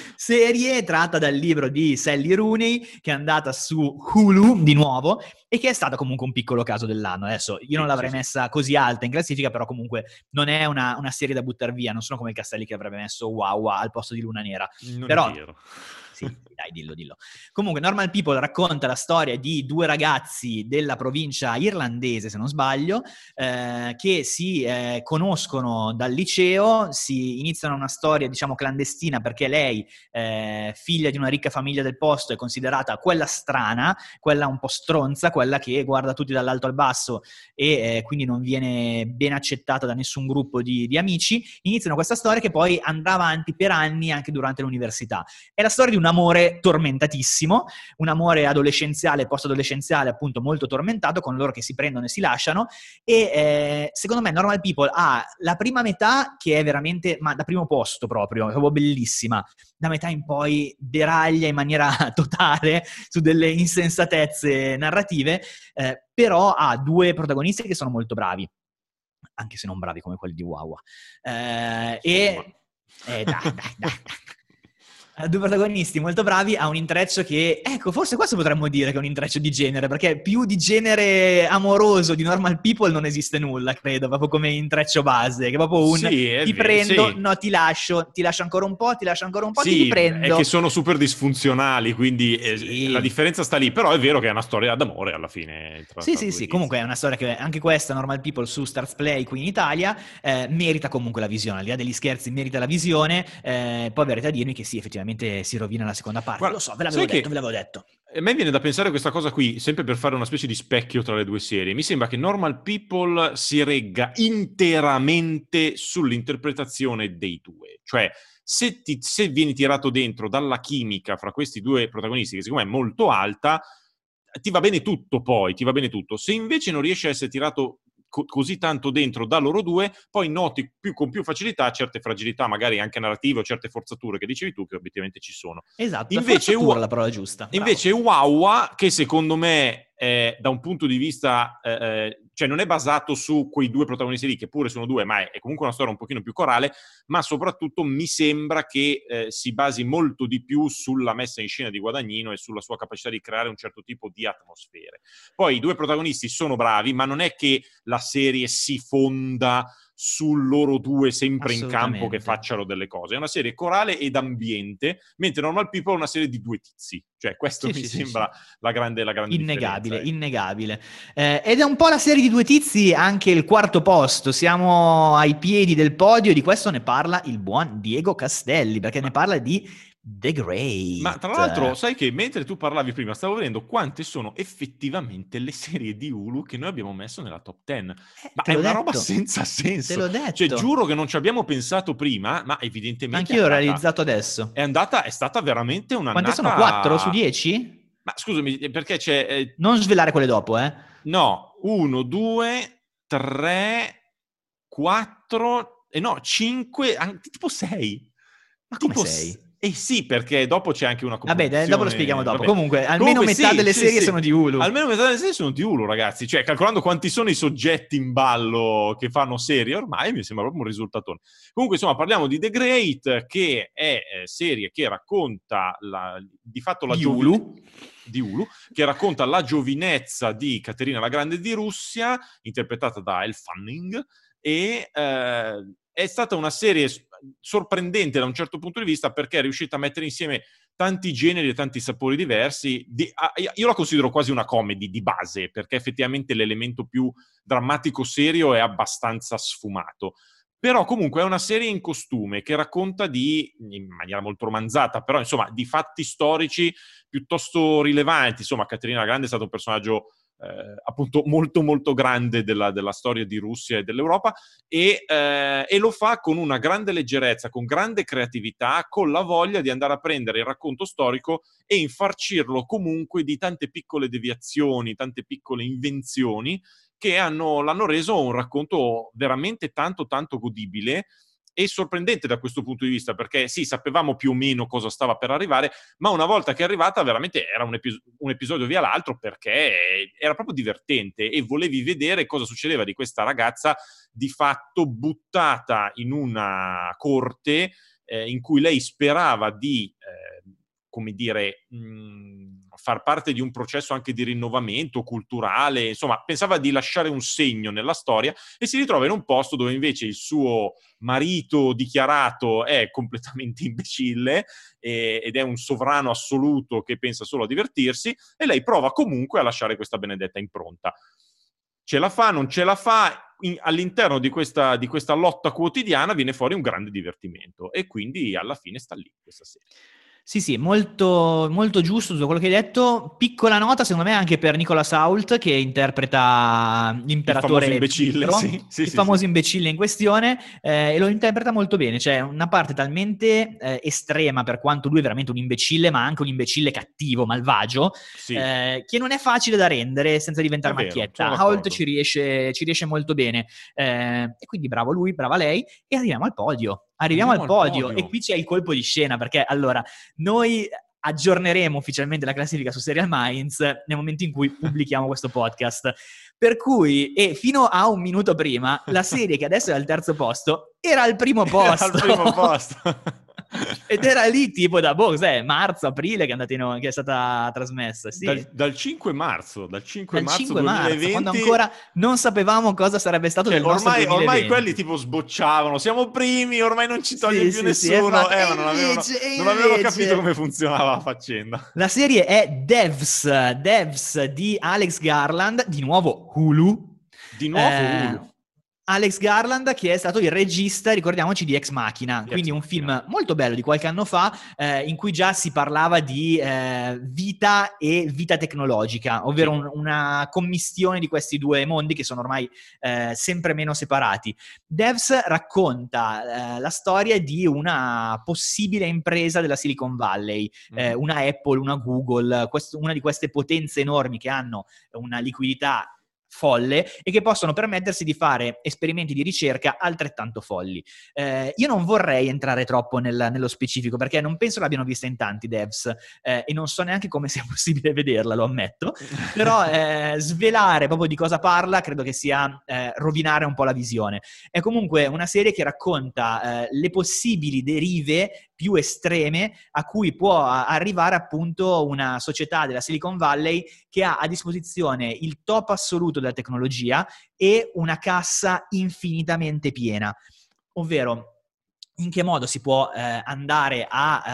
serie tratta dal libro di Sally Rooney, che è andata su Hulu di nuovo e che è stata comunque un piccolo caso dell'anno. Adesso io non l'avrei messa così alta in classifica, però comunque non è una, una serie da buttare via, non sono come il Castelli che avrebbe messo Wow al posto di Luna Nera. Non però, è vero. Sì, dai, dillo, dillo. Comunque, Normal People racconta la storia di due ragazzi della provincia irlandese, se non sbaglio, eh, che si eh, conoscono dal liceo, si iniziano una storia, diciamo, clandestina, perché lei, eh, figlia di una ricca famiglia del posto, è considerata quella strana, quella un po' stronza, quella che guarda tutti dall'alto al basso e eh, quindi non viene ben accettata da nessun gruppo di, di amici. Iniziano questa storia che poi andrà avanti per anni anche durante l'università. È la storia di una amore tormentatissimo, un amore adolescenziale, post-adolescenziale appunto molto tormentato, con loro che si prendono e si lasciano, e eh, secondo me Normal People ha la prima metà che è veramente, ma da primo posto proprio, è proprio bellissima, da metà in poi deraglia in maniera totale su delle insensatezze narrative, eh, però ha due protagonisti che sono molto bravi, anche se non bravi come quelli di Wawa. Eh, e... Eh, dai, dai, dai, dai. Due protagonisti molto bravi, ha un intreccio che, ecco, forse questo potremmo dire che è un intreccio di genere, perché più di genere amoroso di Normal People non esiste nulla, credo, proprio come intreccio base, che è proprio un sì, è ti vero, prendo, sì. no, ti lascio, ti lascio ancora un po', ti lascio ancora un po', sì, ti riprendo. È che sono super disfunzionali, quindi sì. eh, la differenza sta lì, però è vero che è una storia d'amore alla fine. Tra, sì, tra sì, due sì, tizi. comunque è una storia che anche questa, Normal People su Stars Play qui in Italia, eh, merita comunque la visione, al di là degli scherzi merita la visione, eh, poi verrete a dirmi che sì, effettivamente si rovina la seconda parte. Guarda, lo so, ve l'avevo detto, ve l'avevo detto. A me viene da pensare questa cosa qui, sempre per fare una specie di specchio tra le due serie. Mi sembra che Normal People si regga interamente sull'interpretazione dei due. Cioè, se, ti, se vieni tirato dentro dalla chimica fra questi due protagonisti, che secondo me è molto alta, ti va bene tutto poi, ti va bene tutto. Se invece non riesci a essere tirato co- così tanto dentro da loro due, poi noti più, con più facilità certe fragilità, magari anche narrative o certe forzature che dicevi tu, che obiettivamente ci sono. Esatto, Invece, forzatura wa- la parola giusta. invece Wawa, che secondo me eh, da un punto di vista, eh, cioè non è basato su quei due protagonisti lì, che pure sono due, ma è, è comunque una storia un pochino più corale, ma soprattutto mi sembra che eh, si basi molto di più sulla messa in scena di Guadagnino e sulla sua capacità di creare un certo tipo di atmosfere. Poi i due protagonisti sono bravi, ma non è che la serie si fonda su loro due sempre in campo che facciano delle cose. È una serie corale ed ambiente, mentre Normal People è una serie di due tizi. Cioè, questo sì, mi sì, sembra sì, sì. la grande, la grande innegabile, differenza. innegabile. Eh, ed è un po' la serie di due tizi anche il quarto posto. Siamo ai piedi del podio e di questo ne parla il buon Diego Castelli, perché Ma... ne parla di The Great. Ma tra l'altro, sai che mentre tu parlavi prima, stavo vedendo quante sono effettivamente le serie di Hulu che noi abbiamo messo nella top dieci. Eh, Ma te è l'ho una detto. roba senza Te senso. l'ho detto. Cioè, giuro che non ci abbiamo pensato prima, ma evidentemente Anch'io è l'ho andata, realizzato adesso. è andata, è stata veramente Quante sono? quattro su un'annata... dieci? Ma scusami, perché c'è... Eh... Non svelare quelle dopo, eh. No, uno, due, tre, quattro, e eh no, cinque, tipo sei. Ma come Tipo sei? Eh sì, perché dopo c'è anche una Vabbè, dai, dopo lo coproduzione. spieghiamo dopo. Vabbè. Comunque, almeno Comunque metà sì, delle sì, serie sì. sono di Hulu. Almeno metà delle serie sono di Hulu, ragazzi. Cioè, calcolando quanti sono i soggetti in ballo che fanno serie, ormai mi sembra proprio un risultatone. Comunque, insomma, parliamo di The Great, che è eh, serie che racconta la, di fatto la Di giovinezza Hulu. di Hulu, che racconta la giovinezza di Caterina la Grande di Russia, interpretata da Elle Fanning, e eh, è stata una serie sorprendente da un certo punto di vista perché è riuscita a mettere insieme tanti generi e tanti sapori diversi. Di, ah, io la considero quasi una comedy di base, perché effettivamente l'elemento più drammatico serio è abbastanza sfumato. Però comunque è una serie in costume che racconta di, in maniera molto romanzata, però insomma di fatti storici piuttosto rilevanti. Insomma, Caterina la Grande è stato un personaggio eh, appunto molto molto grande della, della storia di Russia e dell'Europa, e, eh, e lo fa con una grande leggerezza, con grande creatività, con la voglia di andare a prendere il racconto storico e infarcirlo comunque di tante piccole deviazioni, tante piccole invenzioni che hanno, l'hanno reso un racconto veramente tanto tanto godibile e sorprendente da questo punto di vista, perché sì, sapevamo più o meno cosa stava per arrivare, ma una volta che è arrivata veramente era un, epis- un episodio via l'altro, perché era proprio divertente e volevi vedere cosa succedeva di questa ragazza di fatto buttata in una corte eh, in cui lei sperava di eh, come dire, mh, far parte di un processo anche di rinnovamento culturale, insomma, pensava di lasciare un segno nella storia e si ritrova in un posto dove invece il suo marito dichiarato è completamente imbecille eh, ed è un sovrano assoluto che pensa solo a divertirsi, e lei prova comunque a lasciare questa benedetta impronta. Ce la fa, non ce la fa, in, all'interno di questa, di questa lotta quotidiana viene fuori un grande divertimento, e quindi alla fine sta lì questa serie. Sì, sì, molto, molto giusto tutto quello che hai detto. Piccola nota, secondo me, anche per Nicholas Hoult, che interpreta Il famoso l'imperatore imbecille, Pietro, sì, sì, il sì, famoso sì. imbecille in questione, eh, e lo interpreta molto bene. C'è una parte talmente eh, estrema, per quanto lui è veramente un imbecille, ma anche un imbecille cattivo, malvagio, Sì, eh, che non è facile da rendere senza diventare è vero, sono macchietta. Hoult d'accordo. ci riesce, ci riesce molto bene. Eh, e quindi bravo lui, brava lei, e arriviamo al podio. Arriviamo Andiamo al al podio, e podio. qui c'è il colpo di scena, perché allora noi aggiorneremo ufficialmente la classifica su Serial Minds nel momento in cui pubblichiamo questo podcast. Per cui, e fino a un minuto prima, la serie che adesso è al terzo posto era al primo posto. Era al primo posto. Ed era lì tipo da, boh, cos'è, marzo, aprile che è, andata in, che è stata trasmessa, sì. Dal, dal cinque marzo, dal cinque Dal marzo cinque marzo, quando duemilaventi, ancora non sapevamo cosa sarebbe stato cioè, del nostro ormai, ormai duemilaventi. quelli tipo sbocciavano, siamo primi, ormai non ci toglie Sì, più sì, sì, nessuno, infatti. eh, E ma non avevano, invece, e non avevano capito invece... come funzionava la faccenda. La serie è Devs, Devs di Alex Garland, di nuovo Hulu. Di nuovo Eh, Hulu. Alex Garland, che è stato il regista, ricordiamoci, di Ex Machina, Di quindi Ex un Machina. film molto bello di qualche anno fa, eh, in cui già si parlava di eh, vita e vita tecnologica, ovvero Sì. un, una commistione di questi due mondi che sono ormai eh, sempre meno separati. Devs racconta eh, la storia di una possibile impresa della Silicon Valley, eh, Mm-hmm. una Apple, una Google, quest- una di queste potenze enormi che hanno una liquidità folle e che possono permettersi di fare esperimenti di ricerca altrettanto folli. Eh, io non vorrei entrare troppo nel, nello specifico, perché non penso l'abbiano vista in tanti Devs, eh, e non so neanche come sia possibile vederla, lo ammetto, però eh, svelare proprio di cosa parla credo che sia eh, rovinare un po' la visione. È comunque una serie che racconta eh, le possibili derive più estreme a cui può arrivare appunto una società della Silicon Valley che ha a disposizione il top assoluto della tecnologia e una cassa infinitamente piena. Ovvero, in che modo si può eh, andare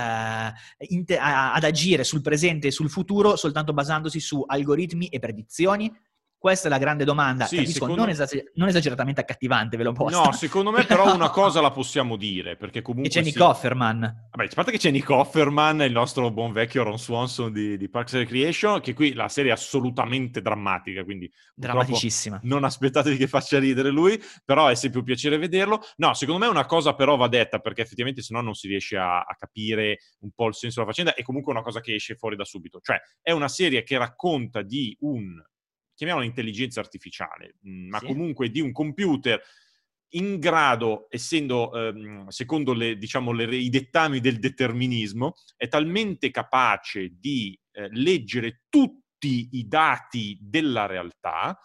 a, eh, inter- a, ad agire sul presente e sul futuro soltanto basandosi su algoritmi e predizioni? Questa è la grande domanda, Sì, capisco, secondo... non, esager- non esageratamente accattivante, ve l'ho posta. No, secondo me però una cosa la possiamo dire, perché E comunque c'è Nick sì. Offerman. Vabbè, a parte che c'è Nick Offerman, il nostro buon vecchio Ron Swanson di, di Parks and Recreation, che qui la serie è assolutamente drammatica, quindi purtroppo Drammaticissima. non aspettatevi che faccia ridere lui, però è sempre un piacere vederlo. No, secondo me una cosa però va detta, perché effettivamente sennò non si riesce a, a capire un po' il senso della faccenda, è comunque una cosa che esce fuori da subito. Cioè, è una serie che racconta di un, chiamiamola intelligenza artificiale, ma Sì. comunque di un computer in grado, essendo ehm, secondo le, diciamo, le, i dettami del determinismo, è talmente capace di eh, leggere tutti i dati della realtà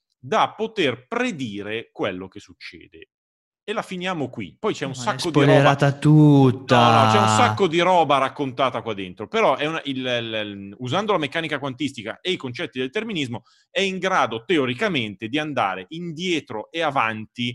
da poter predire quello che succede. E la finiamo qui. Poi c'è un Ma sacco l'hai di roba. spoilerata tutta. No, no, c'è un sacco di roba raccontata qua dentro. Però è una, il, il, il, usando la meccanica quantistica e i concetti del determinismo, è in grado teoricamente di andare indietro e avanti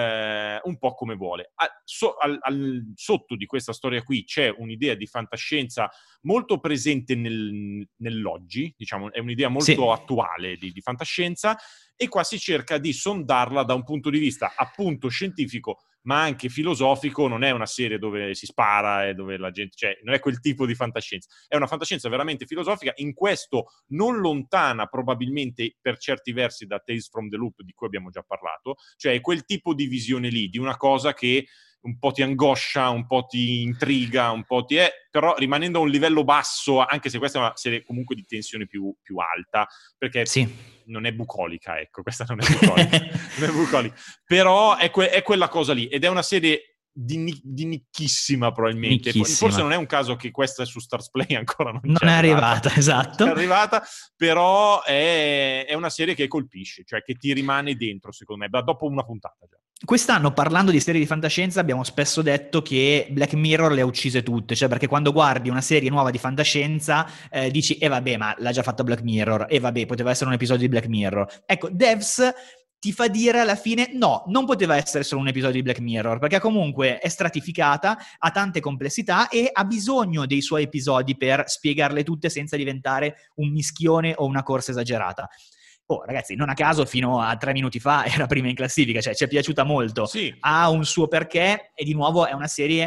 eh, un po' come vuole. A, so, al, al, sotto di questa storia qui c'è un'idea di fantascienza molto presente nel, nell'oggi, diciamo, è un'idea molto Sì. attuale di, di fantascienza, e qua si cerca di sondarla da un punto di vista appunto scientifico, ma anche filosofico. Non è una serie dove si spara e dove la gente, cioè non è quel tipo di fantascienza, è una fantascienza veramente filosofica, in questo non lontana probabilmente per certi versi da Tales from the Loop, di cui abbiamo già parlato, cioè è quel tipo di visione lì, di una cosa che un po' ti angoscia, un po' ti intriga, un po' ti è, però rimanendo a un livello basso, anche se questa è una serie comunque di tensione più, più alta, perché sì. non è bucolica, ecco, questa non è bucolica, non è bucolica, però è, que- è quella cosa lì, ed è una serie di, ni- di nicchissima probabilmente, Nicchissima. forse non è un caso che questa su Stars Play ancora non, non c'è è arrivata, arrivata, esatto. è arrivata, però è, è una serie che colpisce, cioè che ti rimane dentro, secondo me, dopo una puntata già. Quest'anno, parlando di serie di fantascienza, abbiamo spesso detto che Black Mirror le ha uccise tutte, cioè perché quando guardi una serie nuova di fantascienza eh, dici, e eh vabbè, ma l'ha già fatta Black Mirror, e eh vabbè, poteva essere un episodio di Black Mirror. Ecco, Devs ti fa dire alla fine, no, non poteva essere solo un episodio di Black Mirror, perché comunque è stratificata, ha tante complessità e ha bisogno dei suoi episodi per spiegarle tutte senza diventare un mischione o una corsa esagerata. Oh, ragazzi, non a caso fino a tre minuti fa era prima in classifica, cioè ci è piaciuta molto, Sì. ha un suo perché e di nuovo è una serie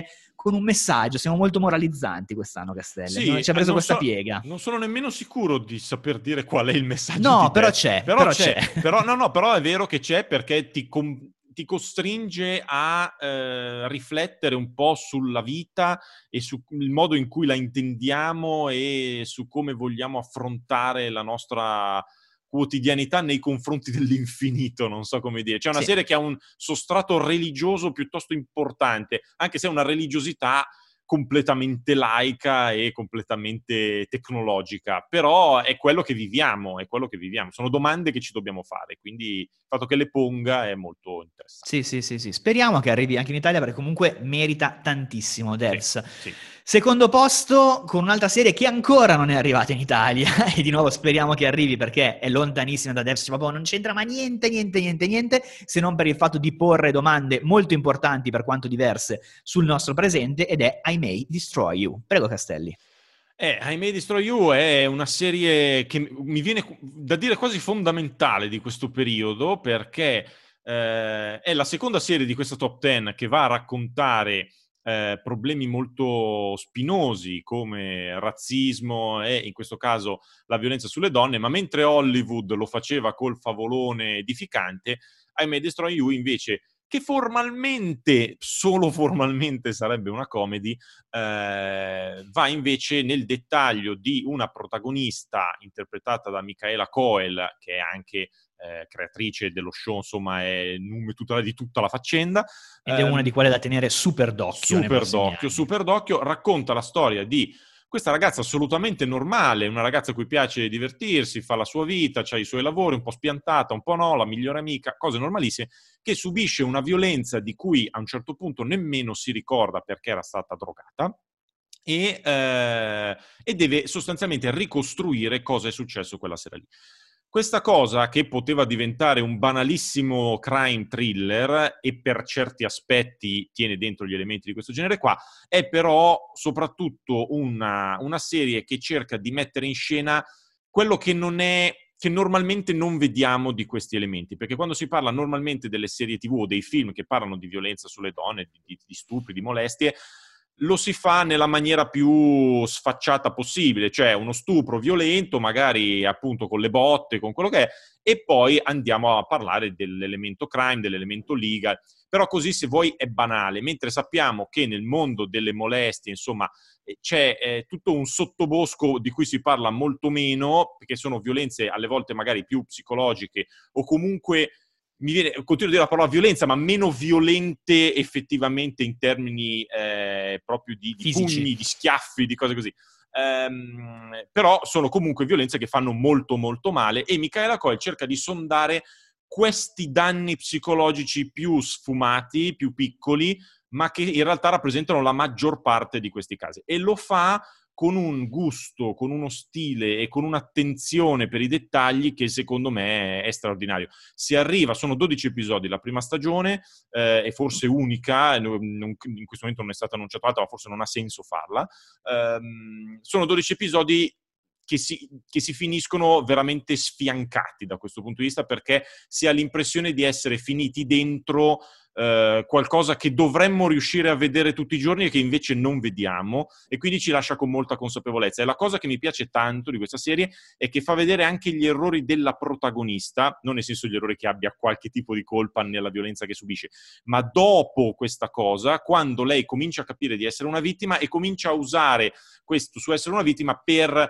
con un messaggio, siamo molto moralizzanti quest'anno, Castelli, Sì, ci ha preso non questa so, piega. Non sono nemmeno sicuro di saper dire qual è il messaggio No, di però te. c'è, Però, però c'è, c'è. però no, no, però è vero che c'è, perché ti, com- ti costringe a eh, riflettere un po' sulla vita e sul modo in cui la intendiamo e su come vogliamo affrontare la nostra quotidianità nei confronti dell'infinito, non so come dire. C'è una Sì. serie che ha un sostrato religioso piuttosto importante, anche se è una religiosità completamente laica e completamente tecnologica, però è quello che viviamo, è quello che viviamo. Sono domande che ci dobbiamo fare, quindi il fatto che le ponga è molto interessante. Sì, sì, sì, sì. Speriamo che arrivi anche in Italia, perché comunque merita tantissimo Devs. Sì, sì. Secondo posto con un'altra serie che ancora non è arrivata in Italia e di nuovo speriamo che arrivi, perché è lontanissima da Devs, cioè, proprio non c'entra ma niente, niente, niente, niente, se non per il fatto di porre domande molto importanti, per quanto diverse, sul nostro presente, ed è I May Destroy You. Prego, Castelli. Eh, I May Destroy You è una serie che mi viene da dire quasi fondamentale di questo periodo, perché eh, è la seconda serie di questa top dieci che va a raccontare eh, problemi molto spinosi come razzismo e in questo caso la violenza sulle donne, ma mentre Hollywood lo faceva col favolone edificante, I May Destroy You invece, che formalmente, solo formalmente sarebbe una comedy, eh, va invece nel dettaglio di una protagonista interpretata da Michaela Coel, che è anche eh, creatrice dello show, insomma è nume tutelare di tutta la faccenda. Ed è una Um, di quelle da tenere super d'occhio nei super prossimi d'occhio, anni. super d'occhio, racconta la storia di questa ragazza assolutamente normale, una ragazza a cui piace divertirsi, fa la sua vita, ha i suoi lavori, un po' spiantata, un po' no, la migliore amica, cose normalissime, che subisce una violenza di cui a un certo punto nemmeno si ricorda perché era stata drogata e, eh, e deve sostanzialmente ricostruire cosa è successo quella sera lì. Questa cosa, che poteva diventare un banalissimo crime thriller e per certi aspetti tiene dentro gli elementi di questo genere qua, è però soprattutto una, una serie che cerca di mettere in scena quello che non è, che normalmente non vediamo di questi elementi, perché quando si parla normalmente delle serie tivù o dei film che parlano di violenza sulle donne, di, di, di stupri, di molestie, lo si fa nella maniera più sfacciata possibile, cioè uno stupro violento, magari appunto con le botte, con quello che è, e poi andiamo a parlare dell'elemento crime, dell'elemento legal, però così se vuoi è banale, mentre sappiamo che nel mondo delle molestie, insomma, c'è eh, tutto un sottobosco di cui si parla molto meno, perché sono violenze alle volte magari più psicologiche o comunque mi viene, continuo a dire la parola violenza, ma meno violente effettivamente in termini eh, proprio di, di pugni, di schiaffi, di cose così. Um, però sono comunque violenze che fanno molto molto male e Michaela Coel cerca di sondare questi danni psicologici più sfumati, più piccoli, ma che in realtà rappresentano la maggior parte di questi casi. E lo fa con un gusto, con uno stile e con un'attenzione per i dettagli che secondo me è straordinario. Si arriva, sono dodici episodi la prima stagione, eh, è forse unica, non, in questo momento non è stata annunciata, ma forse non ha senso farla. Um, sono dodici episodi che si, che si finiscono veramente sfiancati da questo punto di vista, perché si ha l'impressione di essere finiti dentro eh, qualcosa che dovremmo riuscire a vedere tutti i giorni e che invece non vediamo, e quindi ci lascia con molta consapevolezza. E la cosa che mi piace tanto di questa serie è che fa vedere anche gli errori della protagonista, non nel senso gli errori che abbia qualche tipo di colpa nella violenza che subisce, ma dopo questa cosa, quando lei comincia a capire di essere una vittima e comincia a usare questo su essere una vittima per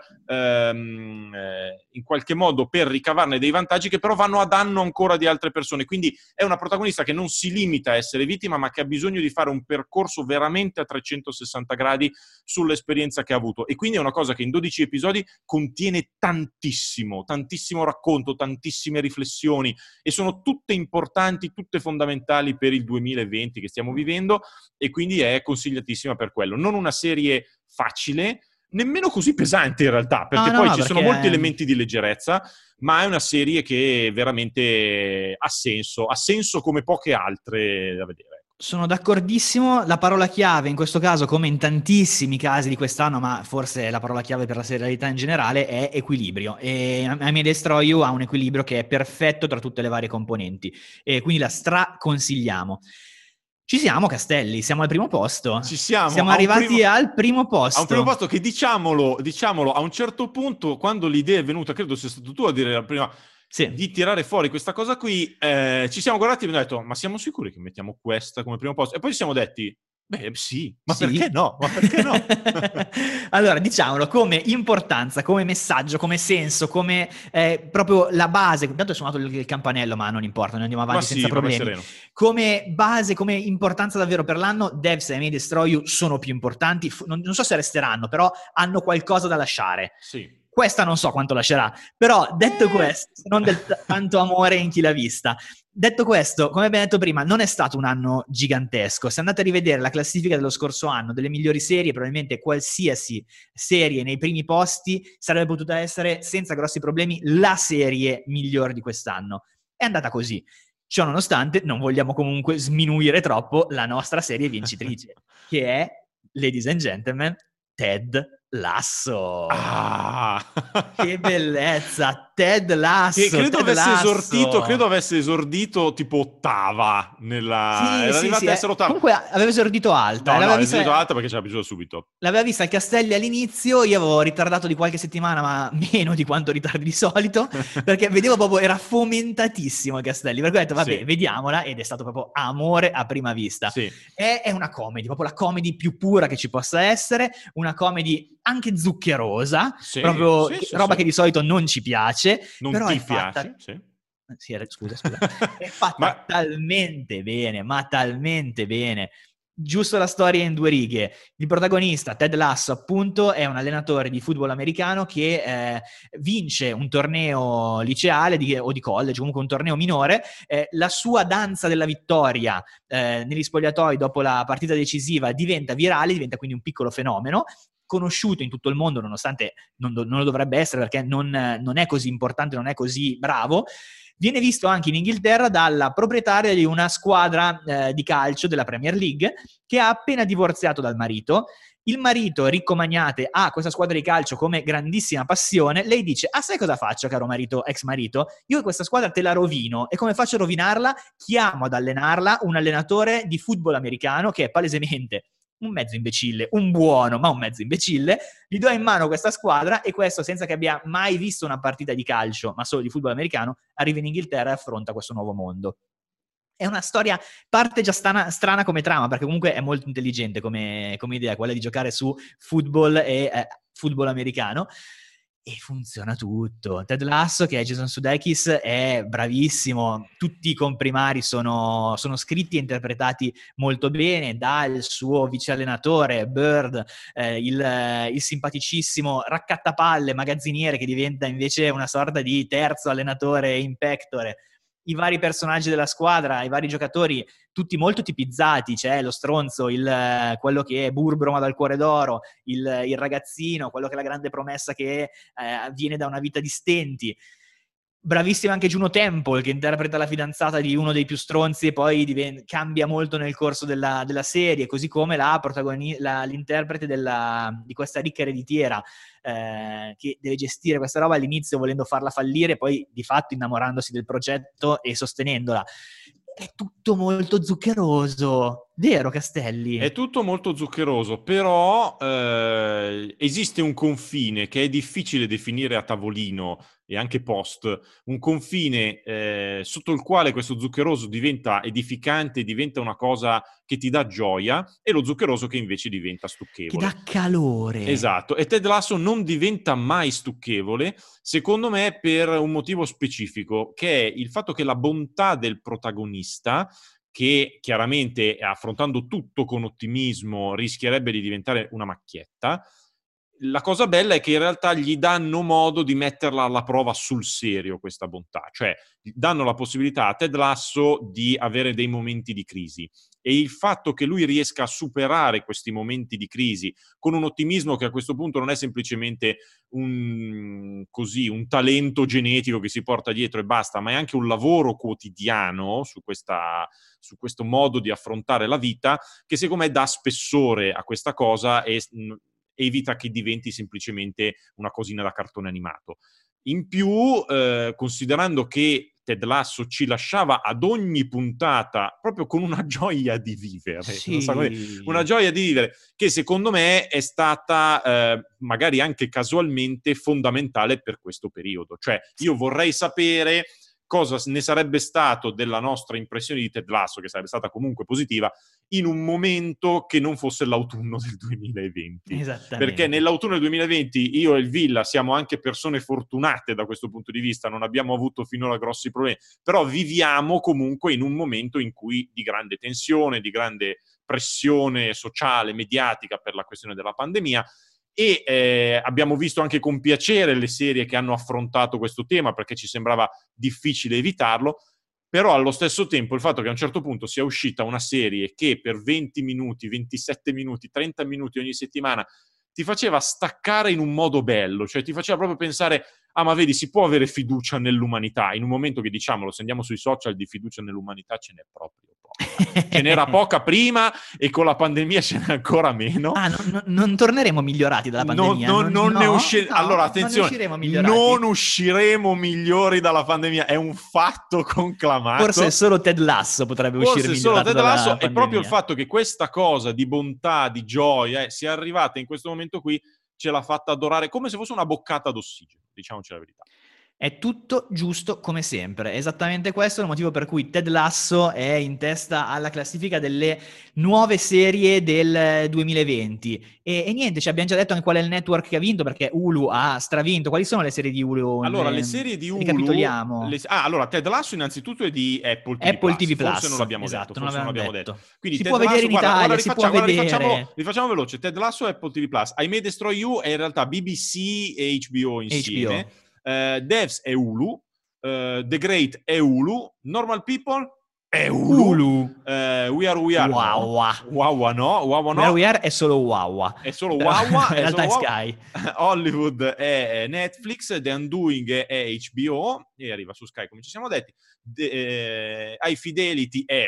ehm, eh, in qualche modo per ricavarne dei vantaggi che però vanno a danno ancora di altre persone. Quindi è una protagonista che non si limita a essere vittima, ma che ha bisogno di fare un percorso veramente a trecentosessanta gradi sull'esperienza che ha avuto, e quindi è una cosa che in dodici episodi contiene tantissimo, tantissimo racconto, tantissime riflessioni, e sono tutte importanti, tutte fondamentali per il duemilaventi che stiamo vivendo, e quindi è consigliatissima per quello. Non una serie facile, nemmeno così pesante in realtà, perché no, poi no, ci perché... sono molti elementi di leggerezza, ma è una serie che veramente ha senso, ha senso come poche altre da vedere. Sono d'accordissimo, la parola chiave in questo caso, come in tantissimi casi di quest'anno, ma forse la parola chiave per la serialità in generale, è equilibrio, e I May Destroy You ha un equilibrio che è perfetto tra tutte le varie componenti, e quindi la straconsigliamo. Ci siamo, Castelli, siamo al primo posto. Ci siamo. Siamo a un arrivati primo- al primo posto. A un primo posto che, diciamolo, diciamolo, a un certo punto, quando l'idea è venuta, credo sia stato tu a dire la prima, Sì. di tirare fuori questa cosa qui, eh, ci siamo guardati e abbiamo detto, ma siamo sicuri che mettiamo questa come primo posto? E poi ci siamo detti, beh sì, ma Sì. perché no? Ma perché no? Allora, diciamolo, come importanza, come messaggio, come senso, come eh, proprio la base, intanto è suonato il, il campanello, ma non importa, noi andiamo avanti Ma sì, senza ma vai problemi. sereno. Come base, come importanza davvero per l'anno, Devs e I May Destroy You sono più importanti, F- non, non so se resteranno, però hanno qualcosa da lasciare. Sì. Questa non so quanto lascerà, però detto Eh. questo, se non del t- tanto amore in chi l'ha vista. Detto questo, come abbiamo detto prima, non è stato un anno gigantesco. Se andate a rivedere la classifica dello scorso anno, delle migliori serie, probabilmente qualsiasi serie nei primi posti sarebbe potuta essere, senza grossi problemi, la serie migliore di quest'anno. È andata così. Ciò nonostante, non vogliamo comunque sminuire troppo la nostra serie vincitrice, che è, ladies and gentlemen, Ted Lasso. Ah! Che bellezza! Ted Lasso! Che credo Ted avesse Lasso. esordito, credo avesse esordito tipo ottava nella... Sì, Era sì, arrivata sì. a eh. essere ottava. Comunque aveva esordito alta. No, no, l'aveva è vista... esordito alta perché ce l'ha piaciuta subito. L'aveva vista il Castelli all'inizio, io avevo ritardato di qualche settimana, ma meno di quanto ritardi di solito, perché vedevo proprio, era fomentatissimo il Castelli, per cui ho detto, vabbè, Sì. vediamola, ed è stato proprio amore a prima vista. Sì. È, è una comedy, proprio la comedy più pura che ci possa essere, una comedy anche zuccherosa, Sì, proprio sì, che- sì, roba sì. che di solito non ci piace, Non però ti è fatta... piace? Sì. Sì, era- scusa, scusa. È fatta Ma... talmente bene, ma talmente bene. Giusto la storia in due righe. Il protagonista, Ted Lasso, appunto, è un allenatore di football americano che eh, vince un torneo liceale di, o di college, comunque un torneo minore. Eh, la sua danza della vittoria eh, negli spogliatoi dopo la partita decisiva diventa virale, diventa quindi un piccolo fenomeno, conosciuto in tutto il mondo, nonostante non, do- non lo dovrebbe essere perché non, non è così importante, non è così bravo. Viene visto anche in Inghilterra dalla proprietaria di una squadra eh, di calcio della Premier League che ha appena divorziato dal marito. Il marito, ricco magnate, ha questa squadra di calcio come grandissima passione. Lei dice, ah, sai cosa faccio, caro marito, ex marito? Io questa squadra te la rovino. E come faccio a rovinarla? Chiamo ad allenarla un allenatore di football americano che è palesemente un mezzo imbecille, un buono, ma un mezzo imbecille. Gli do in mano questa squadra e questo senza che abbia mai visto una partita di calcio, ma solo di football americano, arriva in Inghilterra e affronta questo nuovo mondo. È una storia, parte già strana, strana come trama, perché comunque è molto intelligente come, come idea, quella di giocare su football e eh, football americano. E funziona tutto. Ted Lasso, che è Jason Sudeikis, è bravissimo. Tutti i comprimari sono, sono scritti e interpretati molto bene, dal suo vice allenatore Bird, eh, il, il simpaticissimo raccattapalle magazziniere che diventa invece una sorta di terzo allenatore in pectore. I vari personaggi della squadra, i vari giocatori, tutti molto tipizzati. C'è lo stronzo, il, quello che è burbero ma dal cuore d'oro, il, il ragazzino, quello che è la grande promessa che eh, viene da una vita di stenti. Bravissima anche Juno Temple, che interpreta la fidanzata di uno dei più stronzi e poi diven- cambia molto nel corso della, della serie, così come la protagoni- la, l'interprete della, di questa ricca ereditiera eh, che deve gestire questa roba all'inizio volendo farla fallire, poi di fatto innamorandosi del progetto e sostenendola. È tutto molto zuccheroso, vero Castelli? È tutto molto zuccheroso, però eh, esiste un confine che è difficile definire a tavolino e anche post, un confine eh, sotto il quale questo zuccheroso diventa edificante, diventa una cosa che ti dà gioia, e lo zuccheroso che invece diventa Che stucchevole. dà calore. Esatto, e Ted Lasso non diventa mai stucchevole, secondo me per un motivo specifico, che è il fatto che la bontà del protagonista, che chiaramente affrontando tutto con ottimismo rischierebbe di diventare una macchietta, la cosa bella è che in realtà gli danno modo di metterla alla prova sul serio questa bontà, cioè danno la possibilità a Ted Lasso di avere dei momenti di crisi, e il fatto che lui riesca a superare questi momenti di crisi con un ottimismo che a questo punto non è semplicemente un, così, un talento genetico che si porta dietro e basta, ma è anche un lavoro quotidiano su, questa, su questo modo di affrontare la vita, che secondo me dà spessore a questa cosa e mh, evita che diventi semplicemente una cosina da cartone animato. In più, eh, considerando che Ted Lasso ci lasciava ad ogni puntata proprio con una gioia di vivere, Sì. non so come dire, una gioia di vivere che secondo me è stata eh, magari anche casualmente fondamentale per questo periodo. Cioè io vorrei sapere cosa ne sarebbe stato della nostra impressione di Ted Lasso, che sarebbe stata comunque positiva, in un momento che non fosse l'autunno del duemilaventi. Esattamente. Perché nell'autunno del duemilaventi io e il Villa siamo anche persone fortunate da questo punto di vista, non abbiamo avuto finora grossi problemi, però viviamo comunque in un momento in cui di grande tensione, di grande pressione sociale, mediatica per la questione della pandemia, e eh, abbiamo visto anche con piacere le serie che hanno affrontato questo tema perché ci sembrava difficile evitarlo, però allo stesso tempo il fatto che a un certo punto sia uscita una serie che per venti minuti, ventisette minuti, trenta minuti ogni settimana ti faceva staccare in un modo bello, cioè ti faceva proprio pensare, ah ma vedi, si può avere fiducia nell'umanità, in un momento che, diciamolo, se andiamo sui social, di fiducia nell'umanità ce n'è proprio poca. Ce n'era poca prima e con la pandemia ce n'è ancora meno. Ah, no, no, non torneremo migliorati dalla pandemia? Non, non, non no, ne usciremo. No, allora, attenzione, non, non usciremo migliori dalla pandemia, è un fatto conclamato. Forse solo Ted Lasso potrebbe Forse uscire solo migliorato Ted Lasso, dalla è pandemia. proprio il fatto che questa cosa di bontà, di gioia, eh, sia arrivata in questo momento qui, ce l'ha fatta adorare come se fosse una boccata d'ossigeno, diciamoci la verità. È tutto giusto come sempre, esattamente questo è il motivo per cui Ted Lasso è in testa alla classifica delle nuove serie del duemilaventi. E, e niente, ci abbiamo già detto anche qual è il network che ha vinto, perché Hulu ha stravinto. Quali sono le serie di Hulu? Allora, le, le serie di Hulu... Ricapitoliamo. Le, ah, allora, Ted Lasso innanzitutto è di Apple T V Apple Plus. T V Plus. Forse non l'abbiamo esatto, detto, non forse non l'abbiamo detto. detto. Quindi si Ted può Lasso, vedere in guarda, Italia, guarda, si rifacciamo, può guarda, vedere... rifacciamo, rifacciamo veloce. Ted Lasso e Apple T V Plus. I May Destroy You è in realtà B B C e H B O insieme. H B O. Uh, Devs è Hulu. Uh, The Great è Hulu. Normal People è Hulu. Hulu. Uh, We Are We Are Wawa. no. Wawa no. Wawa no. We Are We Are è solo Wawa. È solo Wawa. In è realtà solo è Wawa. Sky. Hollywood è Netflix, The Undoing è H B O e arriva su Sky come ci siamo detti. The, eh, High Fidelity è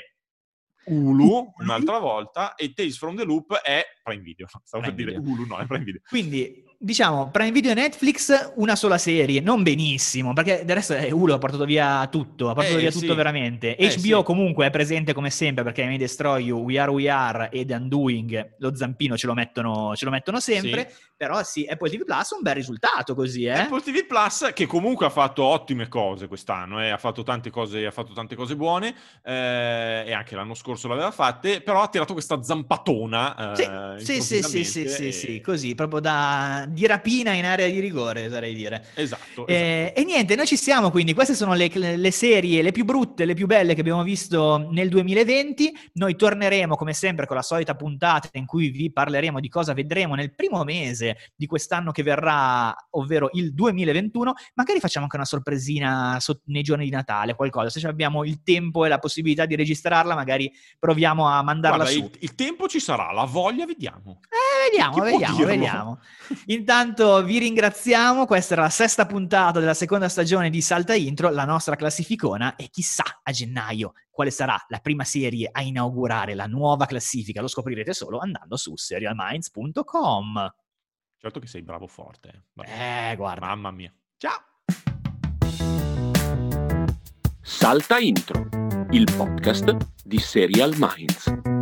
Hulu un'altra volta e Tales from the Loop è Prime Video. Stavo Prime per Video. dire Hulu, no, è Prime Video. Quindi, diciamo, Prime Video e Netflix, una sola serie, non benissimo, perché del resto eh, Hulu ha portato via tutto, ha portato Eh, via sì. tutto veramente. Eh, H B O sì. comunque è presente come sempre, perché I May Destroy You, We Are We Are e The Undoing, lo zampino ce lo mettono, ce lo mettono sempre, Sì. però sì, Apple T V Plus un bel risultato così, eh? Apple T V Plus che comunque ha fatto ottime cose quest'anno, eh, ha fatto tante cose, ha fatto tante cose buone eh, e anche l'anno scorso l'aveva fatte, però ha tirato questa zampatona eh, Sì, sì, sì, sì, sì, e... sì, così, proprio da di rapina in area di rigore, oserei dire. Esatto, Eh, esatto. e niente, noi ci siamo quindi, queste sono le, le serie, le più brutte, le più belle che abbiamo visto nel duemilaventi. Noi torneremo come sempre con la solita puntata in cui vi parleremo di cosa vedremo nel primo mese di quest'anno che verrà, ovvero il duemilaventuno. Magari facciamo anche una sorpresina so- nei giorni di Natale, qualcosa, se abbiamo il tempo e la possibilità di registrarla, magari proviamo a mandarla Guarda, su. il, il tempo ci sarà, la voglia vediamo. Eh, vediamo, Chi può vediamo, dirlo? vediamo. Intanto vi ringraziamo, questa era la sesta puntata della seconda stagione di Salta Intro, la nostra classificona, e chissà a gennaio quale sarà la prima serie a inaugurare la nuova classifica, lo scoprirete solo andando su serial minds punto com. Certo che sei bravo forte. Vabbè. Eh, guarda. Mamma mia. Ciao! Salta Intro, il podcast di Serial Minds.